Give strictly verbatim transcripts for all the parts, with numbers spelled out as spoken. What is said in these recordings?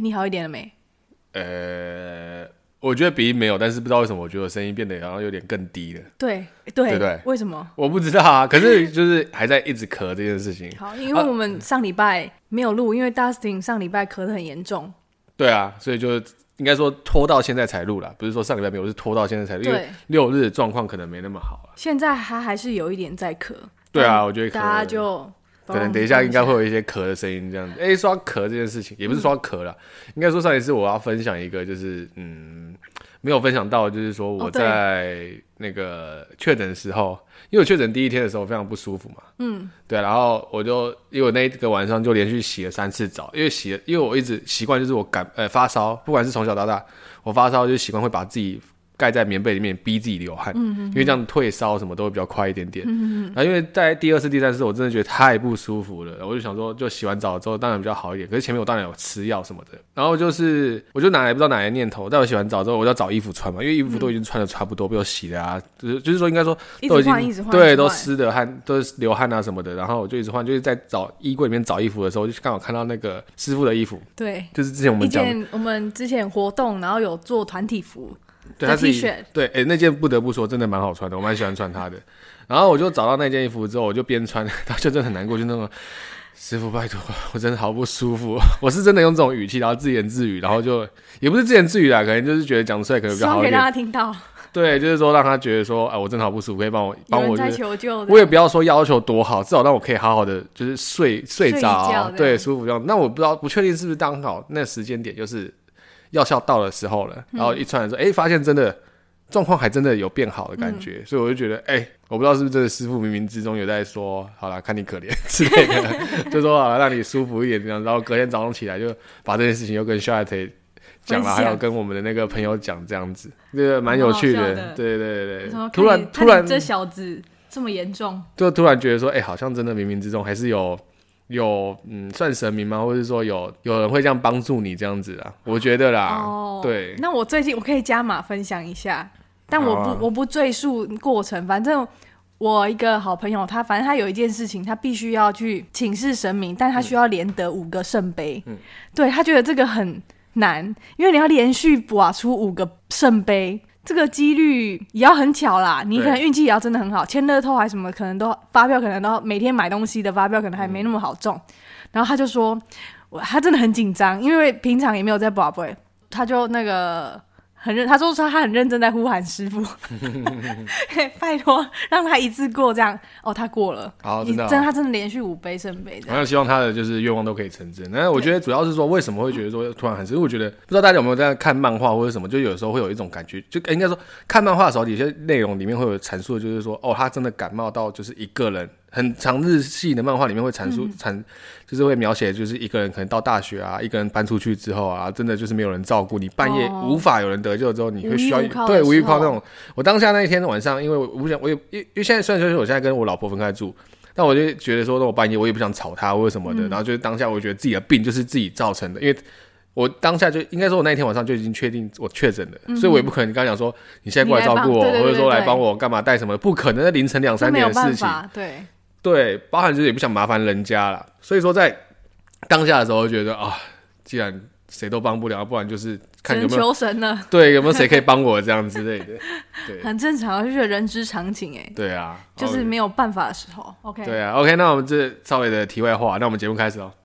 你好一点了没？ 呃，我觉得鼻音没有，但是不知道为什么，我觉得我声音变得好像有点更低了。 对对对对， 为什么？ 我不知道啊，可是就是还在一直咳这件事情。 好，因为我们上礼拜没有录，啊、因为 Dustin 上礼拜咳得很严重。 对啊，所以就应该说拖到现在才录啦，不是说上礼拜没有，是拖到现在才录，因为六日的状况可能没那么好了。 现在他还是有一点在咳。 对啊，我觉得大家就可能等一下应该会有一些咳的声音这样子。哎、欸，说到咳这件事情，也不是说到咳啦、嗯，应该说上一次我要分享一个，就是嗯，没有分享到，就是说我在那个确诊的时候，因为我确诊第一天的时候非常不舒服嘛，嗯，对，然后我就因为我那个晚上就连续洗了三次澡，因为洗了，因为我一直习惯就是我感呃发烧，不管是从小到大，我发烧就习惯会把自己盖在棉被里面逼自己流汗、嗯、因为这样退烧什么都会比较快一点点、嗯、然后因为在第二次第三次我真的觉得太不舒服了，我就想说就洗完澡之后当然比较好一点，可是前面我当然有吃药什么的，然后就是我就哪来不知道哪来的念头，在我洗完澡之后我就要找衣服穿嘛，因为衣服都已经穿的差不多被我洗的啊、就是、就是说应该说都已经一直换对都湿的汗都是流汗啊什么的，然后我就一直换，就是在找衣柜里面找衣服的时候就刚好看到那个师傅的衣服，对，就是之前我们讲的我们之前活动然后有做团体服对，他自己对，哎、欸，那件不得不说真的蛮好穿的，我蛮喜欢穿它的。然后我就找到那件衣服之后，我就边穿，他就真的很难过，就那种师傅拜托，我真的好不舒服。我是真的用这种语气，然后自言自语，然后就也不是自言自语啦，可能就是觉得讲出来可能比较好一点， 希望可以让他听到。对， 就是说让他觉得说，哎、呃，我真的好不舒服，可以帮我帮我、就是， 有人在求救的。 我也不要说要求多好，至少让我可以好好的就是睡睡着，对，舒服这样。那我不知道，不确定是不是刚好那时间点就是药效到的时候了，然后一穿的时候，哎、嗯欸，发现真的。状况还真的有变好的感觉、嗯、所以我就觉得哎、欸，我不知道是不是这个师傅冥冥之中有在说好啦看你可怜之类的就说好啦让你舒服一点这样，然后隔天早上起来就把这件事情又跟 Charlotte 讲了，还有跟我们的那个朋友讲这样子，这个蛮有趣的，的对对对对，突然突然这小子这么严重， 就突然觉得说哎、欸，好像真的冥冥之中还是有有嗯，算神明吗？或者说有有人会这样帮助你这样子啊？我觉得啦，哦，对。 那我最近我可以加码分享一下，但我不、啊、我不赘述过程。反正我一个好朋友，他反正他有一件事情，他必须要去请示神明，但他需要连得五个圣杯。嗯，对他觉得这个很难，因为你要连续拔出五个圣杯。这个几率也要很巧啦，你可能运气也要真的很好，签乐透还什么可能都发票可能都每天买东西的发票可能还没那么好中、嗯、然后他就说他真的很紧张，因为平常也没有在拔杯，他就那个很认他说他很认真在呼喊师父拜托让他一次过这样，哦他过了， 好真的、哦、 真的他真的连续五杯圣杯这样， 我希望他的就是愿望都可以成真。那我觉得主要是说为什么会觉得说突然很深，我觉得不知道大家有没有在看漫画或者什么，就有时候会有一种感觉，就应该说看漫画的时候有些内容里面会有阐述的就是说哦他真的感冒到就是一个人，很长日系的漫画里面会阐述阐、嗯、就是会描写就是一个人可能到大学啊，一个人搬出去之后啊，真的就是没有人照顾你，半夜无法有人得救之后，你会需要对无依靠那种。我当下那一天晚上，因为我不想我也因为现在虽然说我现在跟我老婆分开住，但我就觉得说那我半夜我也不想吵她或者什么的、嗯、然后就是当下我觉得自己的病就是自己造成的，因为我当下就应该说我那一天晚上就已经确定我确诊了、嗯、所以我也不可能刚刚讲说你现在过来照顾我，或者说来帮我干嘛带什么，不可能在凌晨两三点的事情， 对对，包含就是也不想麻烦人家啦，所以说在当下的时候觉得啊，既然谁都帮不了，不然就是看有没有求神了， 对，有没有谁可以帮我这样之类的，对， 很正常，就是人之常情哎， 对啊， 就是没有办法的时候 ，OK， 对啊 ，OK， 那我们这稍微的题外话，那我们节目开始哦。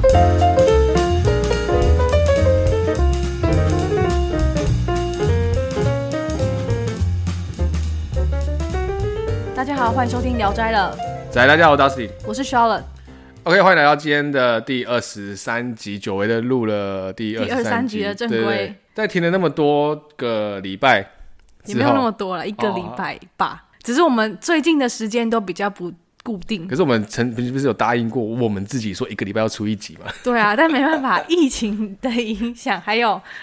大家好，欢迎收听《聊斋》了。 来，大家好，我是 Dusty， 我是 Charlotte。OK， 欢迎来到今天的第二十三集，久违的录了第二十三集的正规。 在停了那么多个礼拜， 也没有那么多了，一个礼拜吧、哦。只是我们最近的时间都比较不固定。 可是我们曾不是有答应过我们自己说一个礼拜要出一集吗？ 对啊，但没办法，疫情的影响，还有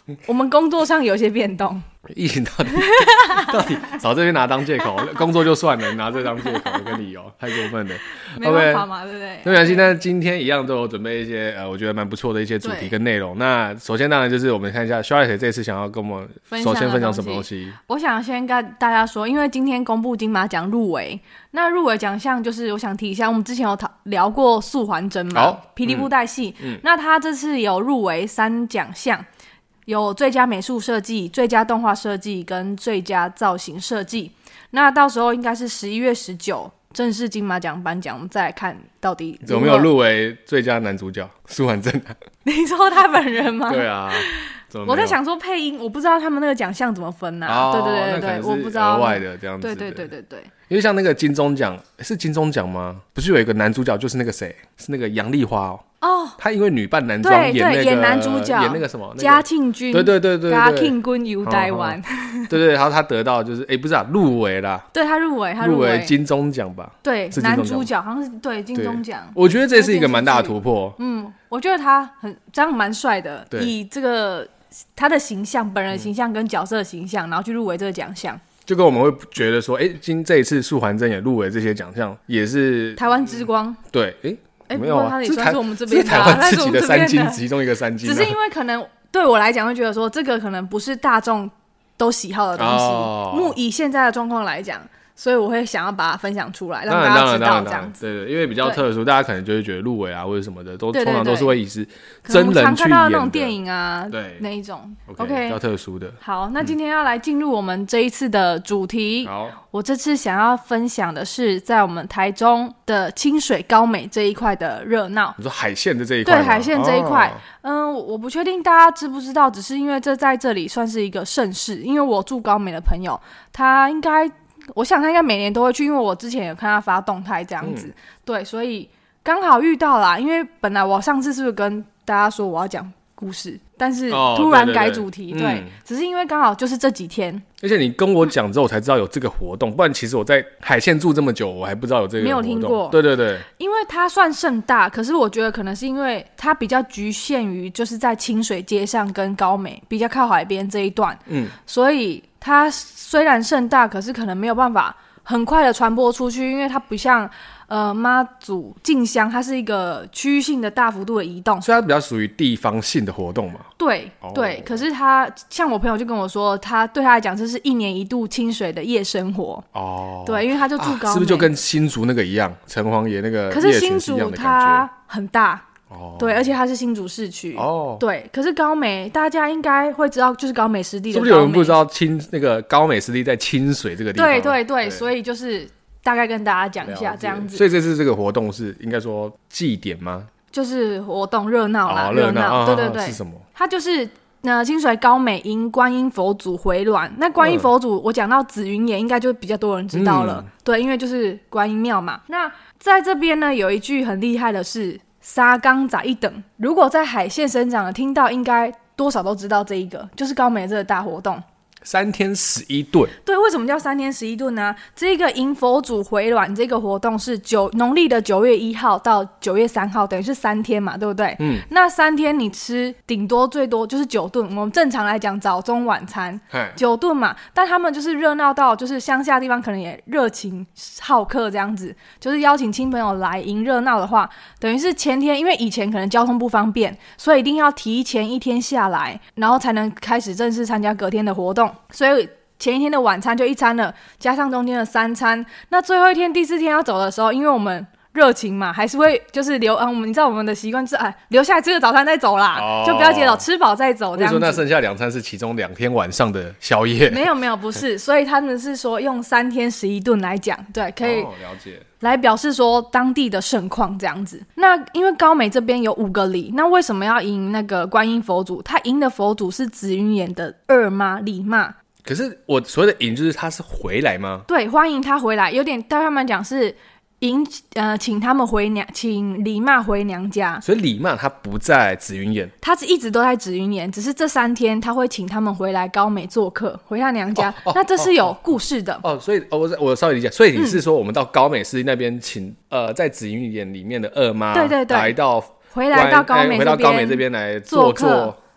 我们工作上有些变动。 疫情到底到底找这边拿当借口，工作就算了，拿这当借口跟理由，太过分了。 没办法嘛， okay, 对不对？ 没关系，那今天一样都有准备一些呃，我觉得蛮不错的一些主题跟内容。那首先当然就是我们看一下 Charlotte 这次想要跟我们首先分享什么东西。 我想先跟大家说，因为今天公布金马奖入围，那入围奖项就是我想提一下，我们之前有聊过素还真嘛，霹雳布袋戏、嗯嗯，那他这次有入围三奖项。有最佳美术设计、最佳动画设计跟最佳造型设计。那到时候应该是十一月十九正式金马奖颁奖，我们再来看到底有没有入围最佳男主角苏桓正。 你说他本人吗？ 对啊。 我在想说配音，我不知道他们那个奖项怎么分啊？哦、对对对对，我不知道。 额外的这样子。 对对对对对。 因为像那个金钟奖是金钟奖吗？不是有一个男主角就是那个谁？是那个杨丽花哦。哦。他因为女扮男装演那个演男主角， 演那个什么嘉庆君。 对对对对对。 嘉庆君游台湾。 对对，然后他得到就是哎、欸、不是啊入围啦。 对他入围，他入围金钟奖吧？ 对，男主角好像是对金钟奖。 我觉得这是一个蛮大的突破。 嗯，我觉得他很这样蛮帅的，以这个。他的形象，本人形象跟角色的形象，然后去入围这个奖项， 就跟我们会觉得说，哎、欸，今这一次素还真也入围这些奖项，也是台湾之光。 对，哎、欸欸，没有啊， 他也算是我们这边的、 啊，是台湾自己的三金，其中一个三金、啊。 只是因为可能对我来讲，会觉得说这个可能不是大众都喜好的东西。哦、目以现在的状况来讲。所以我会想要把它分享出来，让大家知道这样子。 对对，因为比较特殊，大家可能就会觉得入围啊或者什么的，都通常都是会以是真人去演的。常看到那种电影啊， 对那一种。 OK，, okay 比较特殊的。 好，那今天要来进入我们这一次的主题。好、嗯，我这次想要分享的是在我们台中的清水高美这一块的热闹。 你说海线的这一块？ 对，海线这一块。哦、嗯，我不确定大家知不知道，只是因为这在这里算是一个盛事，因为我住高美的朋友，他应该。我想他应该每年都会去，因为我之前有看他发动态这样子、嗯、对，所以刚好遇到啦。因为本来我上次是不是跟大家说我要讲故事，但是突然改主题、哦、对, 对, 对, 对、嗯、只是因为刚好就是这几天， 而且你跟我讲之后我才知道有这个活动，不然其实我在海线住这么久我还不知道有这个活动， 没有听过。 对对对， 因为它算盛大，可是我觉得可能是因为它比较局限于就是在清水街上跟高美比较靠海边这一段，嗯，所以它虽然盛大，可是可能没有办法很快的传播出去，因为它不像呃妈祖进香，它是一个区域性的大幅度的移动， 所以它比较属于地方性的活动嘛。 对、oh. 对，可是它像我朋友就跟我说，他对他来讲这是一年一度清水的夜生活哦。Oh. 对，因为他就住高美、啊、 是不是就跟新竹那个一样，城隍爷那个夜可是新竹它很大。Oh. 对，而且它是新竹市区哦。Oh. 对，可是高美大家应该会知道，就是高美湿地的高美。是不是有人不知道清那个高美湿地在清水这个地方？ 对对 对, 对，所以就是大概跟大家讲一下这样子。 所以这次这个活动是应该说祭典吗？ 就是活动热闹啦，热、oh, 闹。对对对， 是什么？ 它就是那清水高美迎观音佛祖回銮。那观音佛祖，我讲到紫云岩，应该就比较多人知道了、嗯。对，因为就是观音庙嘛。那在这边呢，有一句很厉害的是。沙冈仔一等，如果在海线生长的听到，应该多少都知道这一个，就是高美这个大活动。 三天十一顿， 对，为什么叫三天十一顿呢？这个迎佛祖回銮这个活动是九农历的九月一号到九月三号，等于是三天嘛，对不对？嗯。那三天你吃顶多最多就是九顿，我们正常来讲早中晚餐九顿嘛，但他们就是热闹到就是乡下地方可能也热情好客这样子，就是邀请亲朋友来迎热闹的话，等于是前天，因为以前可能交通不方便，所以一定要提前一天下来，然后才能开始正式参加隔天的活动。所以前一天的晚餐就一餐了，加上中间的三餐，那最后一天第四天要走的时候，因为我们热情嘛，还是会就是留啊，我们你知道我们的习惯是哎留下来吃个早餐再走啦，哦、就不要接走，吃饱再走这样子。 为什么那剩下两餐是其中两天晚上的宵夜？ 没有没有，不是，所以他们是说用三天十一顿来讲，对，可以、 哦、了解。 来表示说当地的盛况这样子。那因为高美这边有五个里，那为什么要迎那个观音佛祖？他迎的佛祖是紫云岩的二妈李妈。 可是我所谓的迎就是他是回来吗？ 对，欢迎他回来，有点对他们讲是迎呃请他们回娘，请李妈回娘家。 所以李妈她不在紫云岩， 她是一直都在紫云岩，只是这三天她会请他们回来高美做客，回她娘家。哦哦、那这是有故事的哦。哦所以哦，我我稍微理解，所以你是说我们到高美湿地那边请、嗯、呃在紫云岩里面的二妈， 对对对， 来到回来到高美、欸、 回到高美这边来做客。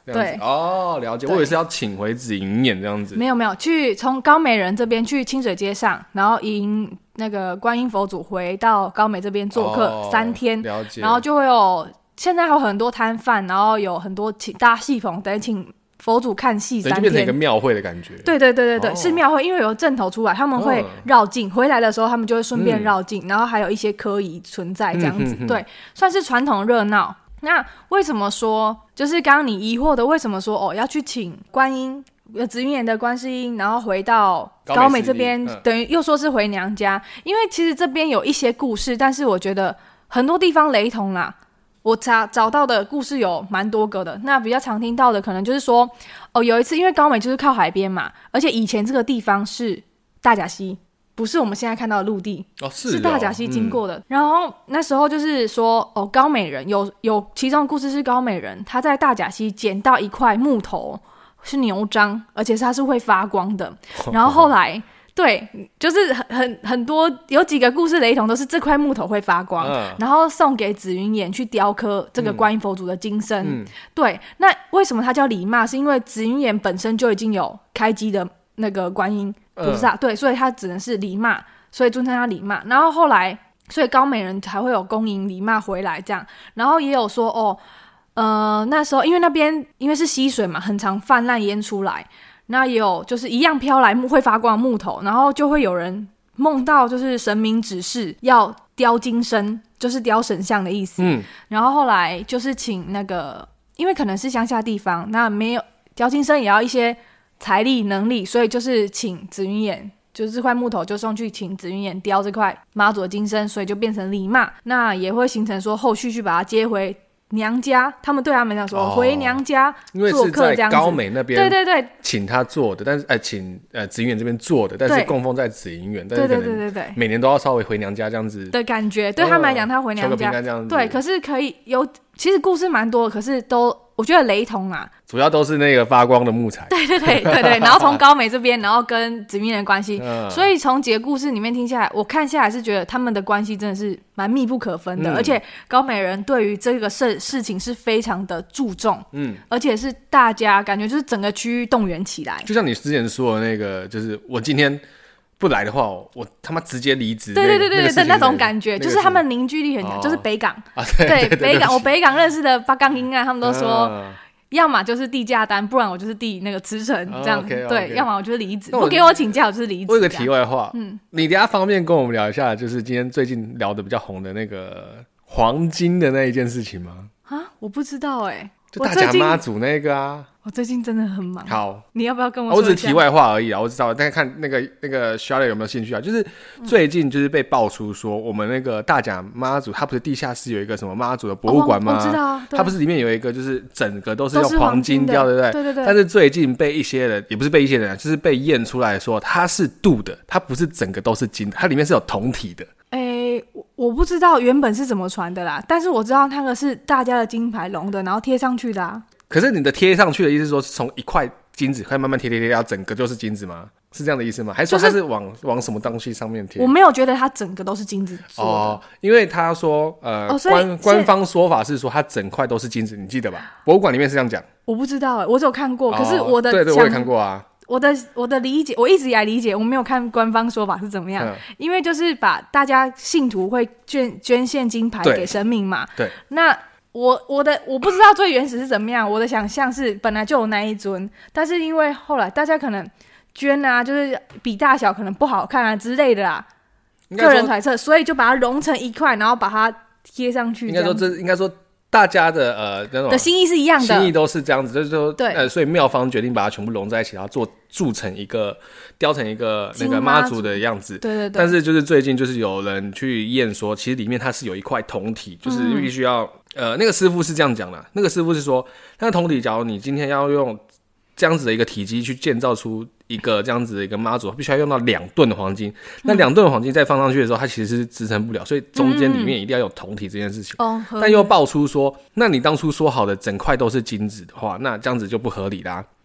对， 哦，了解。我以为是要请回紫云岩这样子。 没有没有，去从高美人这边去清水街上，然后迎那个观音佛祖回到高美这边做客、哦、三天， 了解。 然后就会有现在有很多摊贩，然后有很多请搭戏棚，等于请佛祖看戏三天， 就变成一个庙会的感觉。 对对对对对、哦，是庙会，因为有阵头出来，他们会绕境、哦，回来的时候他们就会顺便绕境、嗯，然后还有一些科仪存在这样子，嗯、哼哼对，算是传统热闹。那为什么说，就是刚刚你疑惑的，为什么说哦要去请观音紫云岩的观世音，然后回到高美这边、嗯，等于又说是回娘家？因为其实这边有一些故事，但是我觉得很多地方雷同啦。我查找到的故事有蛮多个的，那比较常听到的可能就是说，哦，有一次因为高美就是靠海边嘛，而且以前这个地方是大甲溪，不是我们现在看到的陆地， 哦，是哦， 是大甲溪经过的、嗯。然后那时候就是说，哦，高美人有有其中的故事是高美人她在大甲溪捡到一块木头，是牛樟，而且它是会发光的。然后后来。对，就是很很很多有几个故事雷同，都是这块木头会发光、嗯，然后送给紫云岩去雕刻这个观音佛祖的金身、嗯。对，那为什么它叫礼骂？是因为紫云岩本身就已经有开基的那个观音菩萨、嗯，对，所以它只能是礼骂，所以尊称它礼骂。然后后来，所以高美人才会有恭迎礼骂回来这样。然后也有说哦，呃，那时候因为那边因为是溪水嘛，很常泛滥淹出来。那也有就是一样飘来会发光的木头，然后就会有人梦到就是神明指示要雕金身，就是雕神像的意思、嗯、然后后来就是请那个因为可能是乡下地方，那没有雕金身也要一些财力能力，所以就是请紫云岩，就是这块木头就送去请紫云岩雕这块妈祖的金身，所以就变成礼骂。那也会形成说后续去把它接回娘家，他们对他们讲说、哦、回娘家做客这样子，因为是在高美那边， 对对对， 请他做的，但是呃请呃紫云岩这边做的，但是供奉在紫云岩，但是可能每年都要稍微回娘家这样子的感觉，对他们来讲，他回娘家，求个平安这样子，对，可是可以有，其实故事蛮多的，可是都我觉得雷同啊， 主要都是那个发光的木材， 对对对对对，然后从高美这边，然后跟紫云岩的关系、嗯，所以从几个故事里面听下来，我看下来是觉得他们的关系真的是蛮密不可分的，嗯、而且高美人对于这个事事情是非常的注重，嗯，而且是大家感觉就是整个区域动员起来， 就像你之前说的那个，就是我今天不来的话，我他妈直接离职。 对对对对对， 那那种感觉、那個，就是他们凝聚力很强、哦，就是北港啊，对对, 对, 對北港，我北港认识的八杠英啊，他们都说。啊要么就是递价单，不然我就是递那个辞呈这样、哦 okay, okay. 对，要么我就是离职，不给我请假我就是离职。 我有个题外话，嗯，你等一下方便跟我们聊一下，就是今天最近聊的比较红的那个黄金的那一件事情吗？ 啊，我不知道哎、欸， 就大甲妈祖那个啊。 我最近真的很忙。 好， 你要不要跟我说一下？ 我只是题外话而已啊，我知道，但看那个那个 Charlotte 有没有兴趣啊？就是最近就是被爆出说，我们那个大甲妈祖，它不是地下室有一个什么妈祖的博物馆吗？ 哦、我知道， 它不是里面有一个就是整个都是用黄金雕，对不对？ 对对对。 但是最近被一些人，也不是被一些人，就是被验出来说它是镀的，它不是整个都是金的，它里面是有铜体的。 诶、欸，我不知道原本是怎么传的啦，但是我知道那个是大家的金牌龙的，然后贴上去的啊。 可是你的贴上去的意思是说，是从一块金子开始慢慢贴贴贴到整个就是金子吗？是这样的意思吗？还是说它是往、就是、往什么东西上面贴？ 我没有觉得它整个都是金子做的哦， 因为他说呃、哦、官官方说法是说它整块都是金子，你记得吧？博物馆里面是这样讲。我不知道哎，我只有看过，可是我的、 哦、对对，我也看过啊。 我的我的理解，我一直以来理解，我没有看官方说法是怎么样，嗯、因为就是把大家信徒会捐捐献金牌给神明嘛。 对， 那。我我的我不知道最原始是怎么样，我的想象是本来就有那一尊，但是因为后来大家可能捐啊，就是比大小可能不好看啊之类的啦，个人揣测，所以就把它融成一块，然后把它贴上去。应该说这应该说大家的呃那种的心意是一样的， 心意都是这样子，就是说对，呃，所以庙方决定把它全部融在一起，然后做铸成一个雕成一个那个妈祖的样子。 对对对。 但是就是最近就是有人去验说，其实里面它是有一块铜体，就是必须要。嗯呃，那个师傅是这样讲的，那个师傅是说，那个铜体，假如你今天要用这样子的一个体积去建造出一个这样子的一个妈祖，必须要用到两吨的黄金。嗯、那两吨的黄金再放上去的时候，它其实是支撑不了，所以中间里面一定要有铜体这件事情。 哦、 但又爆出说，那你当初说好的整块都是金子的话，那这样子就不合理啦。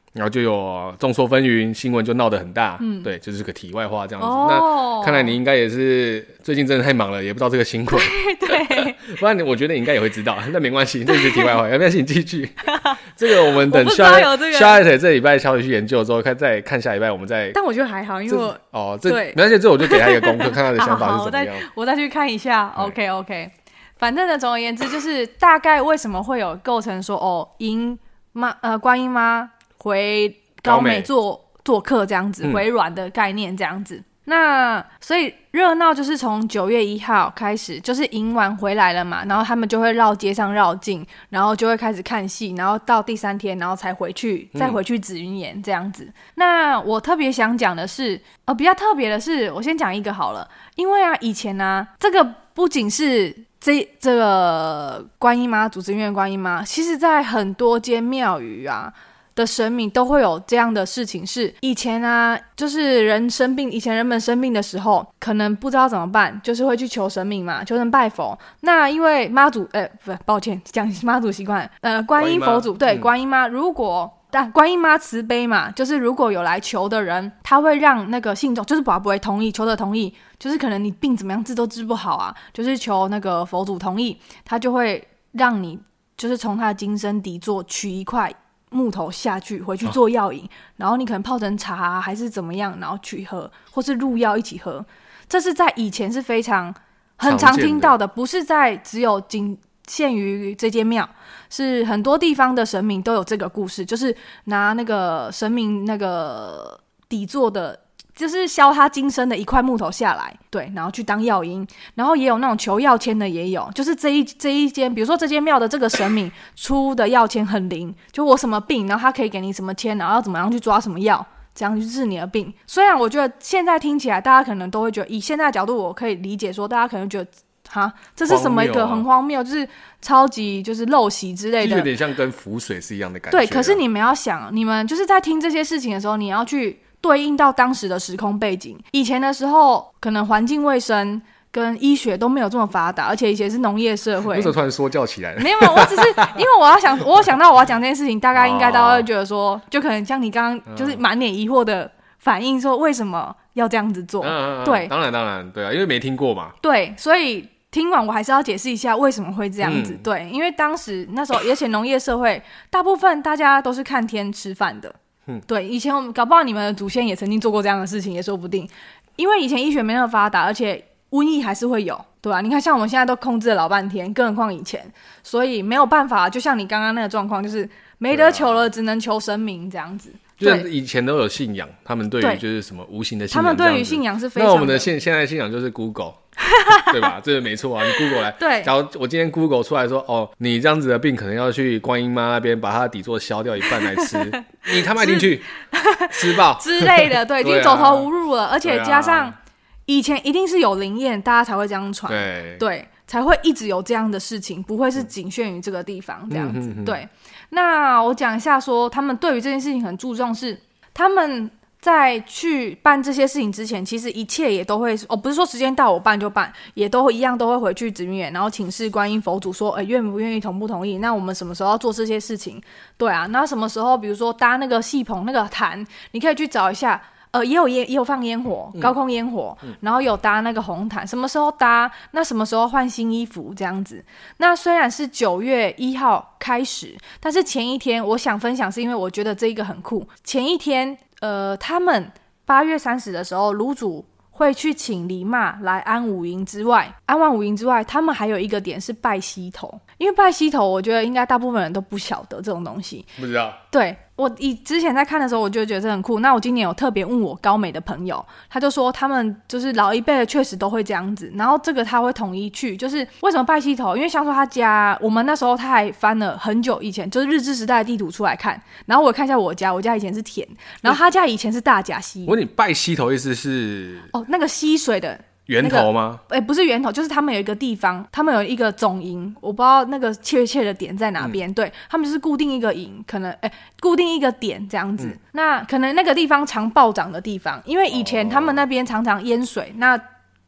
然后就有众说纷纭，新闻就闹得很大。嗯，对，就是个题外话这样子。 哦、 那看来你应该也是最近真的太忙了，也不知道这个新闻。 对，对不然我觉得你应该也会知道。那没关系，这是题外话，要不要请继续？这个我们等下下一台这礼拜稍微去研究之后，看再看下礼拜我们再。 但我觉得还好，因为我哦，这没关系，这我就给他一个功课，看他的想法是怎么样。 好好我, 再我再去看一下。OK OK， 反正呢，总而言之就是大概为什么会有构成说哦，迎妈呃观音妈回高美做做客这样子，回銮的概念这样子。嗯、那所以热闹就是从九月一号开始，就是迎完回来了嘛，然后他们就会绕街上绕境，然后就会开始看戏，然后到第三天，然后才回去，再回去紫云岩这样子。嗯、那我特别想讲的是，呃，比较特别的是，我先讲一个好了，因为啊，以前啊，这个不仅是这这个观音妈祖紫云岩观音妈，其实在很多间庙宇啊。的神明都会有这样的事情，是以前啊，就是人生病，以前人们生病的时候，可能不知道怎么办，就是会去求神明嘛，求神拜佛。那因为妈祖，呃，不，抱歉，讲妈祖习惯，呃，观音佛祖，对，嗯、观音妈，如果但观音妈慈悲嘛，就是如果有来求的人，他会让那个信众，就是不会同意，求的同意，就是可能你病怎么样治都治不好啊，就是求那个佛祖同意，他就会让你就是从他的金身底座取一块木头下去回去做药引、哦、然后你可能泡成茶、啊、还是怎么样，然后去喝，或是入药一起喝。这是在以前是非常很常听到的，不是在只有仅限于这间庙，是很多地方的神明都有这个故事，就是拿那个神明那个底座的，就是削他金身的一块木头下来，对，然后去当药引。然后也有那种求药签的，也有，就是这一这一间，比如说这间庙的这个神明出的药签很灵，就我什么病，然后他可以给你什么签，然后要怎么样去抓什么药，这样去治你的病。虽然我觉得现在听起来，大家可能都会觉得，以现在的角度，我可以理解说，大家可能觉得，哈，这是什么一个很荒谬，就是超级就是陋习之类的，就有点像跟符水是一样的感觉、啊。 对，可是你们要想，你们就是在听这些事情的时候，你要去对应到当时的时空背景。以前的时候，可能环境卫生跟医学都没有这么发达，而且以前是农业社会。 为什么突然说教起来了？ 没有没有，我只是因为我要想，我有想到我要讲这件事情，大概应该大家会觉得说，哦、就可能像你刚刚就是满脸疑惑的反应，说为什么要这样子做？ 嗯嗯嗯对， 当然当然，对啊，因为没听过嘛。 对，所以听完我还是要解释一下为什么会这样子。 嗯、 对，因为当时那时候，而且农业社会，大部分大家都是看天吃饭的。嗯、对，以前我们搞不好你们的祖先也曾经做过这样的事情，也说不定。因为以前医学没那么发达，而且瘟疫还是会有，对吧、啊？你看，像我们现在都控制了老半天，更何况以前，所以没有办法。就像你刚刚那个状况，就是没得求了，只能求神明这样子。 就是以前都有信仰，他们对于就是什么无形的信仰， 他们对于信仰是非常的。 那我们的现现在信仰就是 Google， 对吧？这个没错啊，你 Google 来。 对。 假如我今天 Google 出来说，哦，你这样子的病可能要去观音妈那边把它的底座削掉一半来吃，你他妈一定去吃爆之类的，对，已经走投无路了，而且加上以前一定是有灵验，大家才会这样传， 对对，才会一直有这样的事情，不会是仅限于这个地方这样子，嗯、对。那我讲一下说他们对于这件事情很注重，是他们在去办这些事情之前，其实一切也都会哦，不是说时间到我办就办，也都一样都会回去紫云岩，然后请示观音佛祖说，哎，愿不愿意同不同意？那我们什么时候要做这些事情？对啊，那什么时候比如说搭那个戏棚那个坛，你可以去找一下。呃，也有烟，也有放烟火，高空烟火、嗯，然后有搭那个红毯，什么时候搭？那什么时候换新衣服这样子？那虽然是九月一号开始，但是前一天我想分享，是因为我觉得这一个很酷。前一天，呃，他们八月三十的时候，炉主会去请李妈来安五营之外，安完五营之外，他们还有一个点是拜溪头，因为拜溪头，我觉得应该大部分人都不晓得这种东西， 不知道， 对。我以之前在看的时候，我就觉得这很酷。那我今年有特别问我高美的朋友，他就说他们就是老一辈的确实都会这样子。然后这个他会统一去，就是为什么拜溪头？因为像说他家，我们那时候他还翻了很久以前，就是日治时代的地图出来看。然后我看一下我家，我家以前是田，然后他家以前是大甲溪。 我问你，拜溪头意思是？ 哦，那个溪水的。 源头吗？ 哎、那個欸，不是源头，就是他们有一个地方，他们有一个总营，我不知道那个确切的点在哪边、嗯。对，他们就是固定一个营，可能哎、欸，固定一个点这样子、嗯。那可能那个地方常暴涨的地方，因为以前他们那边常常淹水，哦、那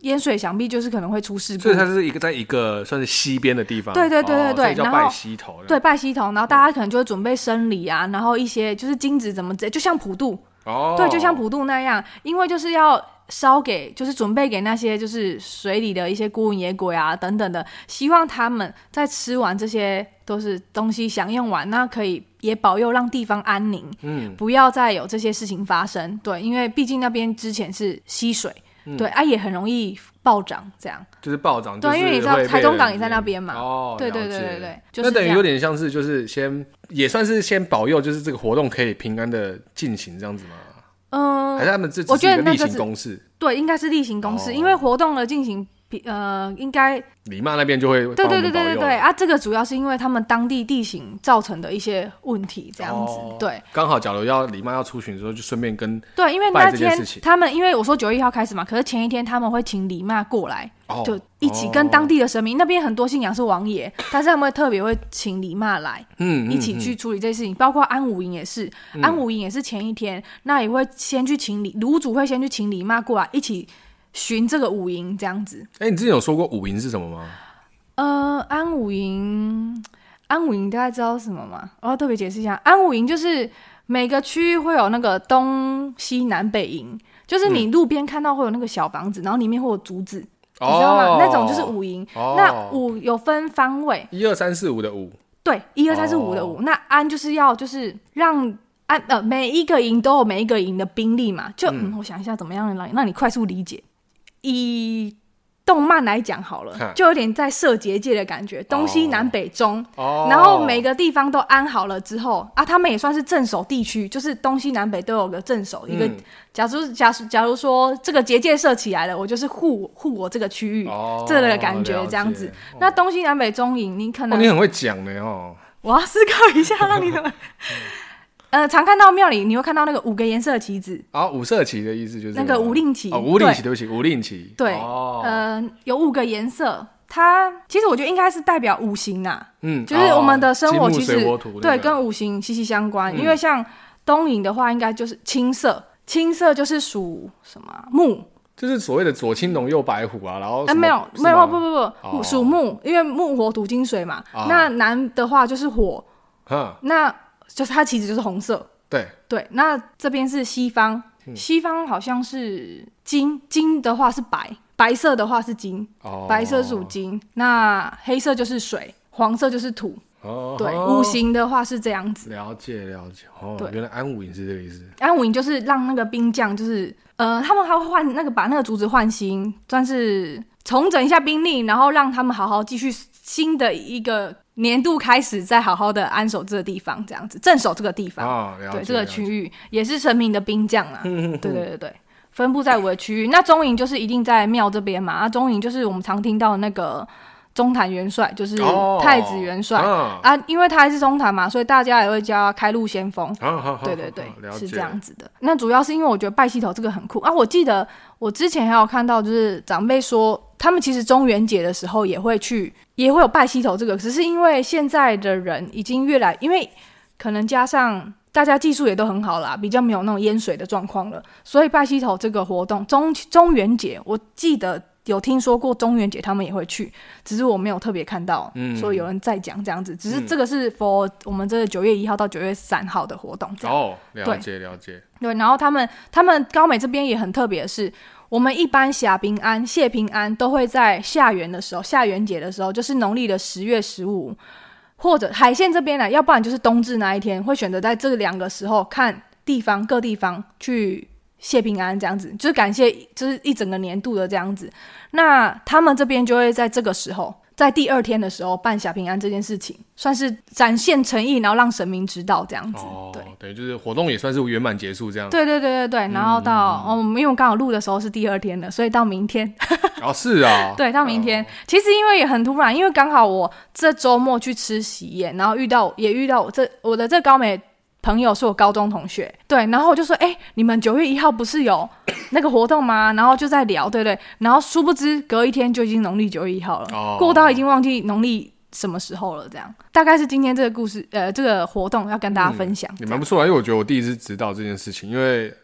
淹水想必就是可能会出事故， 所以它是一个在一个算是溪边的地方， 对对对对对， 哦、叫拜溪头， 对拜溪头，然后大家可能就会准备生理啊，然后一些就是金子怎么就像普渡，哦，对，就像普渡那样，因为就是要烧给，就是准备给那些就是水里的一些孤魂野鬼啊等等的，希望他们在吃完这些都是东西享用完，那可以也保佑让地方安宁，嗯，不要再有这些事情发生。对，因为毕竟那边之前是溪水，嗯、对啊，也很容易暴涨，这样就是暴涨， 对，因为你知道台中港也在那边嘛，哦，对对对对对，就是、 那等于有点像是就是先也算是先保佑，就是这个活动可以平安的进行这样子吗？嗯，还是他们这只是一个例行公事？ 对，应该是例行公事，哦、因为活动的进行，呃，应该里骂那边就会对对对对对对啊，这个主要是因为他们当地地形造成的一些问题，这样子，哦、对。 刚好假如要里骂要出巡的时候，就顺便跟对，因为那天他们因为我说九月一号开始嘛，可是前一天他们会请里骂过来。哦、就一起跟当地的神明，哦、那边很多信仰是王爷，但是他们会特别会请里骂来，嗯，一起去处理这些事情，嗯嗯、包括安武营也是，嗯、安武营也是前一天，那也会先去请里炉主会先去请里骂过来，一起巡这个武营这样子。 哎、欸，你之前有说过武营是什么吗？ 呃，安武营，安武营大家知道是什么吗？我要特别解释一下，安武营就是每个区域会有那个东西南北营，就是你路边看到会有那个小房子，然后里面会有竹子。你知道吗？哦、那种就是五营，哦、那五有分方位， 一二三四五的五， 对，一二三四五的五。那安就是要就是让安呃每一个营都有每一个营的兵力嘛，就嗯，嗯我想一下怎么样让让你快速理解。以动漫来讲好了，就有点在设结界的感觉，东西南北中，哦、然后每个地方都安好了之后啊，他们也算是镇守地区，就是东西南北都有个镇守，一个、嗯、假如假假如说这个结界设起来了，我就是护护我这个区域，哦、这个感觉这样子。哦、那东西南北中营，你可能、 哦、你很会讲的哦， 我要思考一下，让你怎么。呃，常看到庙里你会看到那个五个颜色的旗子啊，五色旗的意思就是那个五令旗哦，五令旗，对不起，五令旗， 对，哦、呃，有五个颜色，它其实我觉得应该是代表五行啊，嗯，就是我们的生活其实、哦、对跟五行息息相关，嗯、因为像东营的话，应该就是青色，青色就是属什么木。 就是所谓的左青龙右白虎啊，然后、呃、 没有没有不不不属、哦、木，因为木火土金水嘛，哦、那南的话就是火，嗯、那就是它旗子就是红色， 对对，那这边是西方，嗯、西方好像是金，金的话是白，白色的话是金，哦、白色属金，那黑色就是水，黄色就是土。哦，对，五行的话是这样子。 了解了解，哦，对，原来安武营是这个意思。 安武营就是让那个兵将，就是呃，他们还会换那个把那个竹子换新，算是重整一下兵力，然后让他们好好继续新的一个年度开始，再好好的安守这个地方，这样子镇守这个地方。哦，了解，对，这个区域也是神明的兵将啊。对对对对，分布在五个区域。那中营就是一定在庙这边嘛，啊，中营就是我们常听到的那个。中坛元帅就是太子元帅、哦啊, 啊，因为他还是中坛嘛，所以大家也会叫他开路先锋。哦、对对对，是这样子的。那主要是因为我觉得拜溪头这个很酷啊。我记得我之前还有看到，就是长辈说，他们其实中元节的时候也会去，也会有拜溪头这个，只是因为现在的人已经越来，因为可能加上大家技术也都很好啦，比较没有那种淹水的状况了，所以拜溪头这个活动，中中元节，我记得。有听说过中元节他们也会去，只是我没有特别看到说有人在讲这样子、嗯、只是这个是 for 我们这个九月一号到九月三号的活动这样。 哦，了解了解。 对，然后他们他们高美这边也很特别的是，我们一般霞平安谢平安都会在下元的时候，下元节的时候，就是农历的十月十五，或者海线这边呢，要不然就是冬至那一天，会选择在这两个时候看地方各地方去谢平安这样子，就是感谢就是一整个年度的这样子。那他们这边就会在这个时候，在第二天的时候办霞平安这件事情，算是展现诚意，然后让神明知道这样子。哦，对， 对，就是活动也算是圆满结束这样。 对对对对对，然后到、嗯、哦，因为我刚好录的时候是第二天了，所以到明天。 哦，是啊。 对，到明天、哦。其实因为也很突然，因为刚好我这周末去吃喜宴，然后遇到也遇到我这我的这高美。朋友是我高中同学，对，然后我就说，哎、欸，你们九月一号不是有那个活动吗？然后就在聊，对不对？然后殊不知隔一天就已经农历九月一号了，哦、过到已经忘记农历什么时候了，这样大概是今天这个故事，呃，这个活动要跟大家分享。 也蛮不错啊，因为我觉得我第一次知道这件事情，因为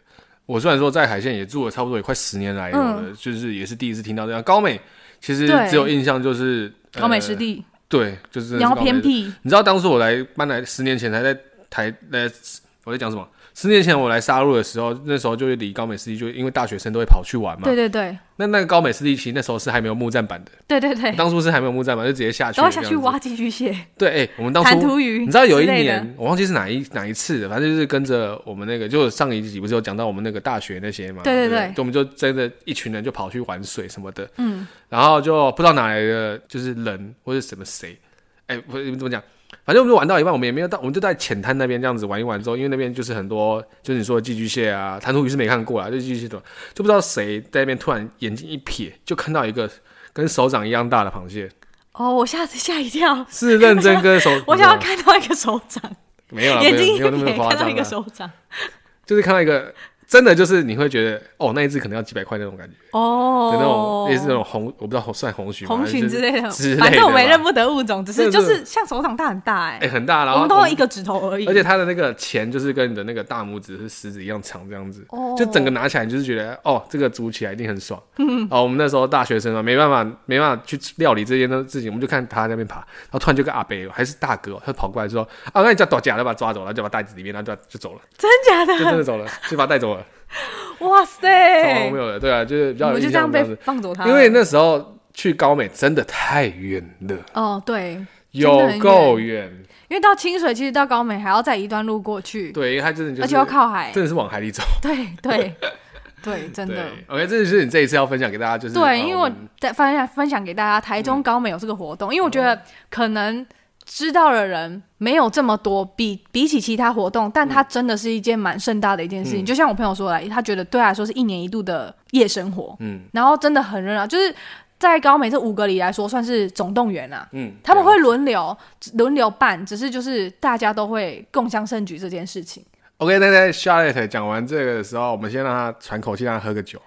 我虽然说在海线也住了差不多也快十年来有了、嗯、就是也是第一次听到这样。高美其实只有印象就是高美湿地、呃、 对，就是然后偏僻。 你知道当初我来搬来十年前才在台呃我在讲什么？十年前我来沙鹿的时候，那时候就是离高美湿地，就因为大学生都会跑去玩嘛。 对对对。 那那个高美湿地其实那时候是还没有木栈板的。 对对对。 当初是还没有木栈板，就直接下去。 然后下去挖寄居蟹。 对，哎、欸，我们当初弹涂鱼， 你知道有一年我忘记是哪一哪一次的，反正就是跟着我们那个，就上一集不是有讲到我们那个大学那些嘛。 对对对。 对，我们就真的一群人就跑去玩水什么的。嗯。然后就不知道哪来的就是人或者什么谁，哎、欸，不怎么讲。反正我们就玩到一半，我们也没有到，我们就在浅滩那边这样子玩一玩之后，因为那边就是很多，就是你说的寄居蟹啊，弹涂鱼是没看过啦，就寄居蟹的，就不知道谁在那边突然眼睛一瞥，就看到一个跟手掌一样大的螃蟹。 哦，我吓吓一跳， 是认真跟手， 我想要看到一个手掌， 没有啦， 眼睛没有那么夸张， 看到一个手掌， 就是看到一个。真的就是你会觉得哦，那一只可能要几百块那种感觉哦， 那种也是那种红，我不知道算红鲟吗？ 红鲟之类的， 之类的， 反正我们认不得物种，只是就是像手掌大很大哎、欸， 哎、欸、很大，然后我们都有一个指头而已， 而且它的那个钳就是跟你的那个大拇指是食指一样长这样子，哦，就整个拿起来你就是觉得哦，这个煮起来一定很爽。嗯，哦，我们那时候大学生嘛，没办法没办法去料理这件事情，我们就看他在那边爬，然后突然就跟阿伯还是大哥、喔，他跑过来说啊，那你叫大家，然后把他抓走了，然后就把袋子里面，然后就就走了， 真假的？ 就真的走了，就把他带走了。 哇塞， 超荒谬的，对啊，就是比较有印象。 我就这样被放走他， 因为那时候去高美真的太远了。 哦，对， 有够远。 因为到清水，其实到高美还要再一段路过去。 对，因为它真的就是， 而且要靠海， 真的是往海里走。 对对对，真的。 OK， 这就是你这一次要分享给大家，就是对，哦、因为我在分享分享给大家，台中高美有这个活动，嗯、因为我觉得可能。知道的人没有这么多，比比起其他活动，但它真的是一件蛮盛大的一件事情。嗯、就像我朋友说的，他觉得对他来说是一年一度的夜生活，嗯，然后真的很热闹，就是在高美这五个里来说算是总动员啊，嗯，他们会轮流轮流办，只是就是大家都会共襄盛举这件事情。 OK， 那在 Charlotte 讲完这个的时候，我们先让他喘口气，让他喝个酒。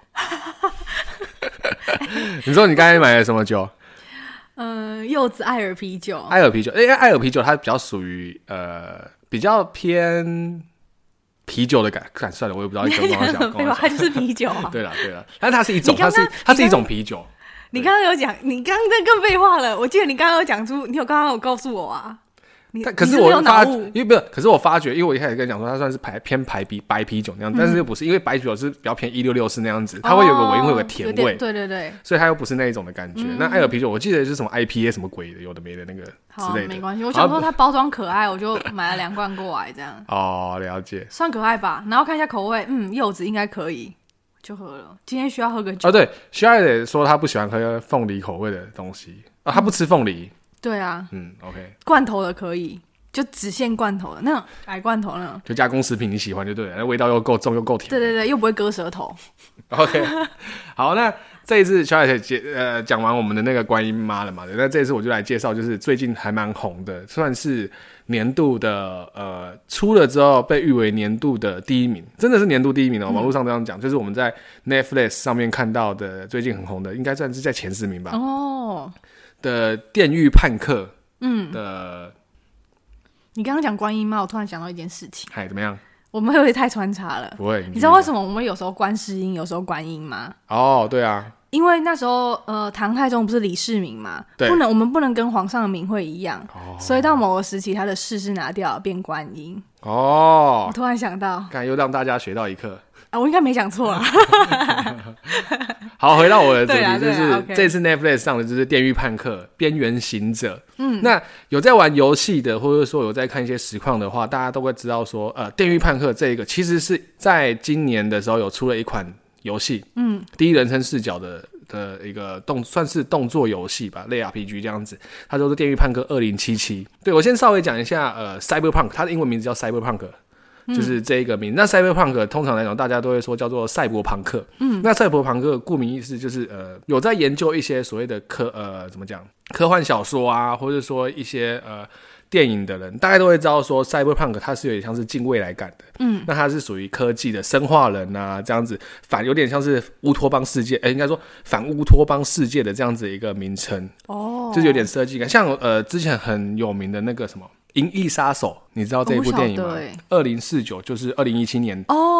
你说你刚才买了什么酒？ 嗯，柚子艾尔啤酒， 艾尔啤酒，因为艾尔啤酒它比较属于呃比较偏啤酒的感，感算了，我也不知道你怎么讲， 对吧？它就是啤酒啊。 对了对了，但是它是一种，它是它是一种啤酒。 你刚刚有讲，你刚刚在更废话了。我记得你刚刚有讲出，你有刚刚有告诉我啊。 但可是我发，因为不是，可是我发觉，因为我一开始跟你讲说，它算是排偏排啤白啤酒那样，嗯、但是又不是，因为白啤酒是比较偏一六六四那样子，它会有个尾韵，会有个甜味， 对对对， 所以它又不是那一种的感觉。嗯、那艾尔啤酒，我记得是什么 I P A 什么鬼的，有的没的那个之类的， 没关系。我想说它包装可爱，我就买了两罐过来，这样。 哦，了解， 算可爱吧。然后看一下口味，嗯，柚子应该可以，就喝了。今天需要喝个酒。 哦，对 ，Charlotte 说他不喜欢喝凤梨口味的东西啊，他不吃凤梨。 对啊， 嗯 ，OK， 罐头的可以。就只限罐头的那种矮罐头那种， 就加工食品你喜欢就对了，那味道又够重又够甜。 对对对，又不会割舌头。 OK， 好，那这一次小姐呃讲完我们的那个观音妈了嘛，那这一次我就来介绍，就是最近还蛮红的，算是年度的呃出了之后被誉为年度的第一名，真的是年度第一名哦。网络上这样讲，嗯、就是我们在 Netflix 上面看到的最近很红的，应该算是在前十名吧。哦，的《电狱判客》嗯的。 你刚刚讲观音妈，我突然想到一件事情。 嗨，怎么样？ 我们会不会太穿插了？ 不会。 你知道为什么我们有时候观世音，有时候观音吗？ 哦，对啊。 因为那时候呃，唐太宗不是李世民嘛， 对， 不能我们不能跟皇上的名讳一样，哦、所以到某个时期，他的世是拿掉变观音。 哦， 我突然想到， 刚才又让大家学到一课。 啊，我应该没讲错啊。 好，回到我的主题，就是、 okay、 这次 Netflix 上的就是《电狱判客：边缘行者》。嗯，那有在玩游戏的，或者说有在看一些实况的话，大家都会知道说，呃，《电狱判客》这一个其实是在今年的时候有出了一款游戏，嗯，第一人称视角的的一个动，算是动作游戏吧，类 R P G 这样子。它就是《电狱判客二零七七》。对，我先稍微讲一下，呃 ，Cyberpunk， 它的英文名字叫 Cyberpunk。就是这一个名字。那 Cyberpunk 通常来讲，大家都会说叫做赛博朋克。嗯，那赛博朋克顾名意思就是呃，有在研究一些所谓的科呃怎么讲科幻小说啊，或者说一些呃电影的人，大概都会知道说 Cyberpunk 它是有点像是近未来感的。嗯，那它是属于科技的生化人啊，这样子反有点像是乌托邦世界，哎、欸，应该说反乌托邦世界的这样子一个名称。哦，就是有点设计感，像呃之前很有名的那个什么。银翼杀手，你知道这一部电影吗？二零四九就是二零一七年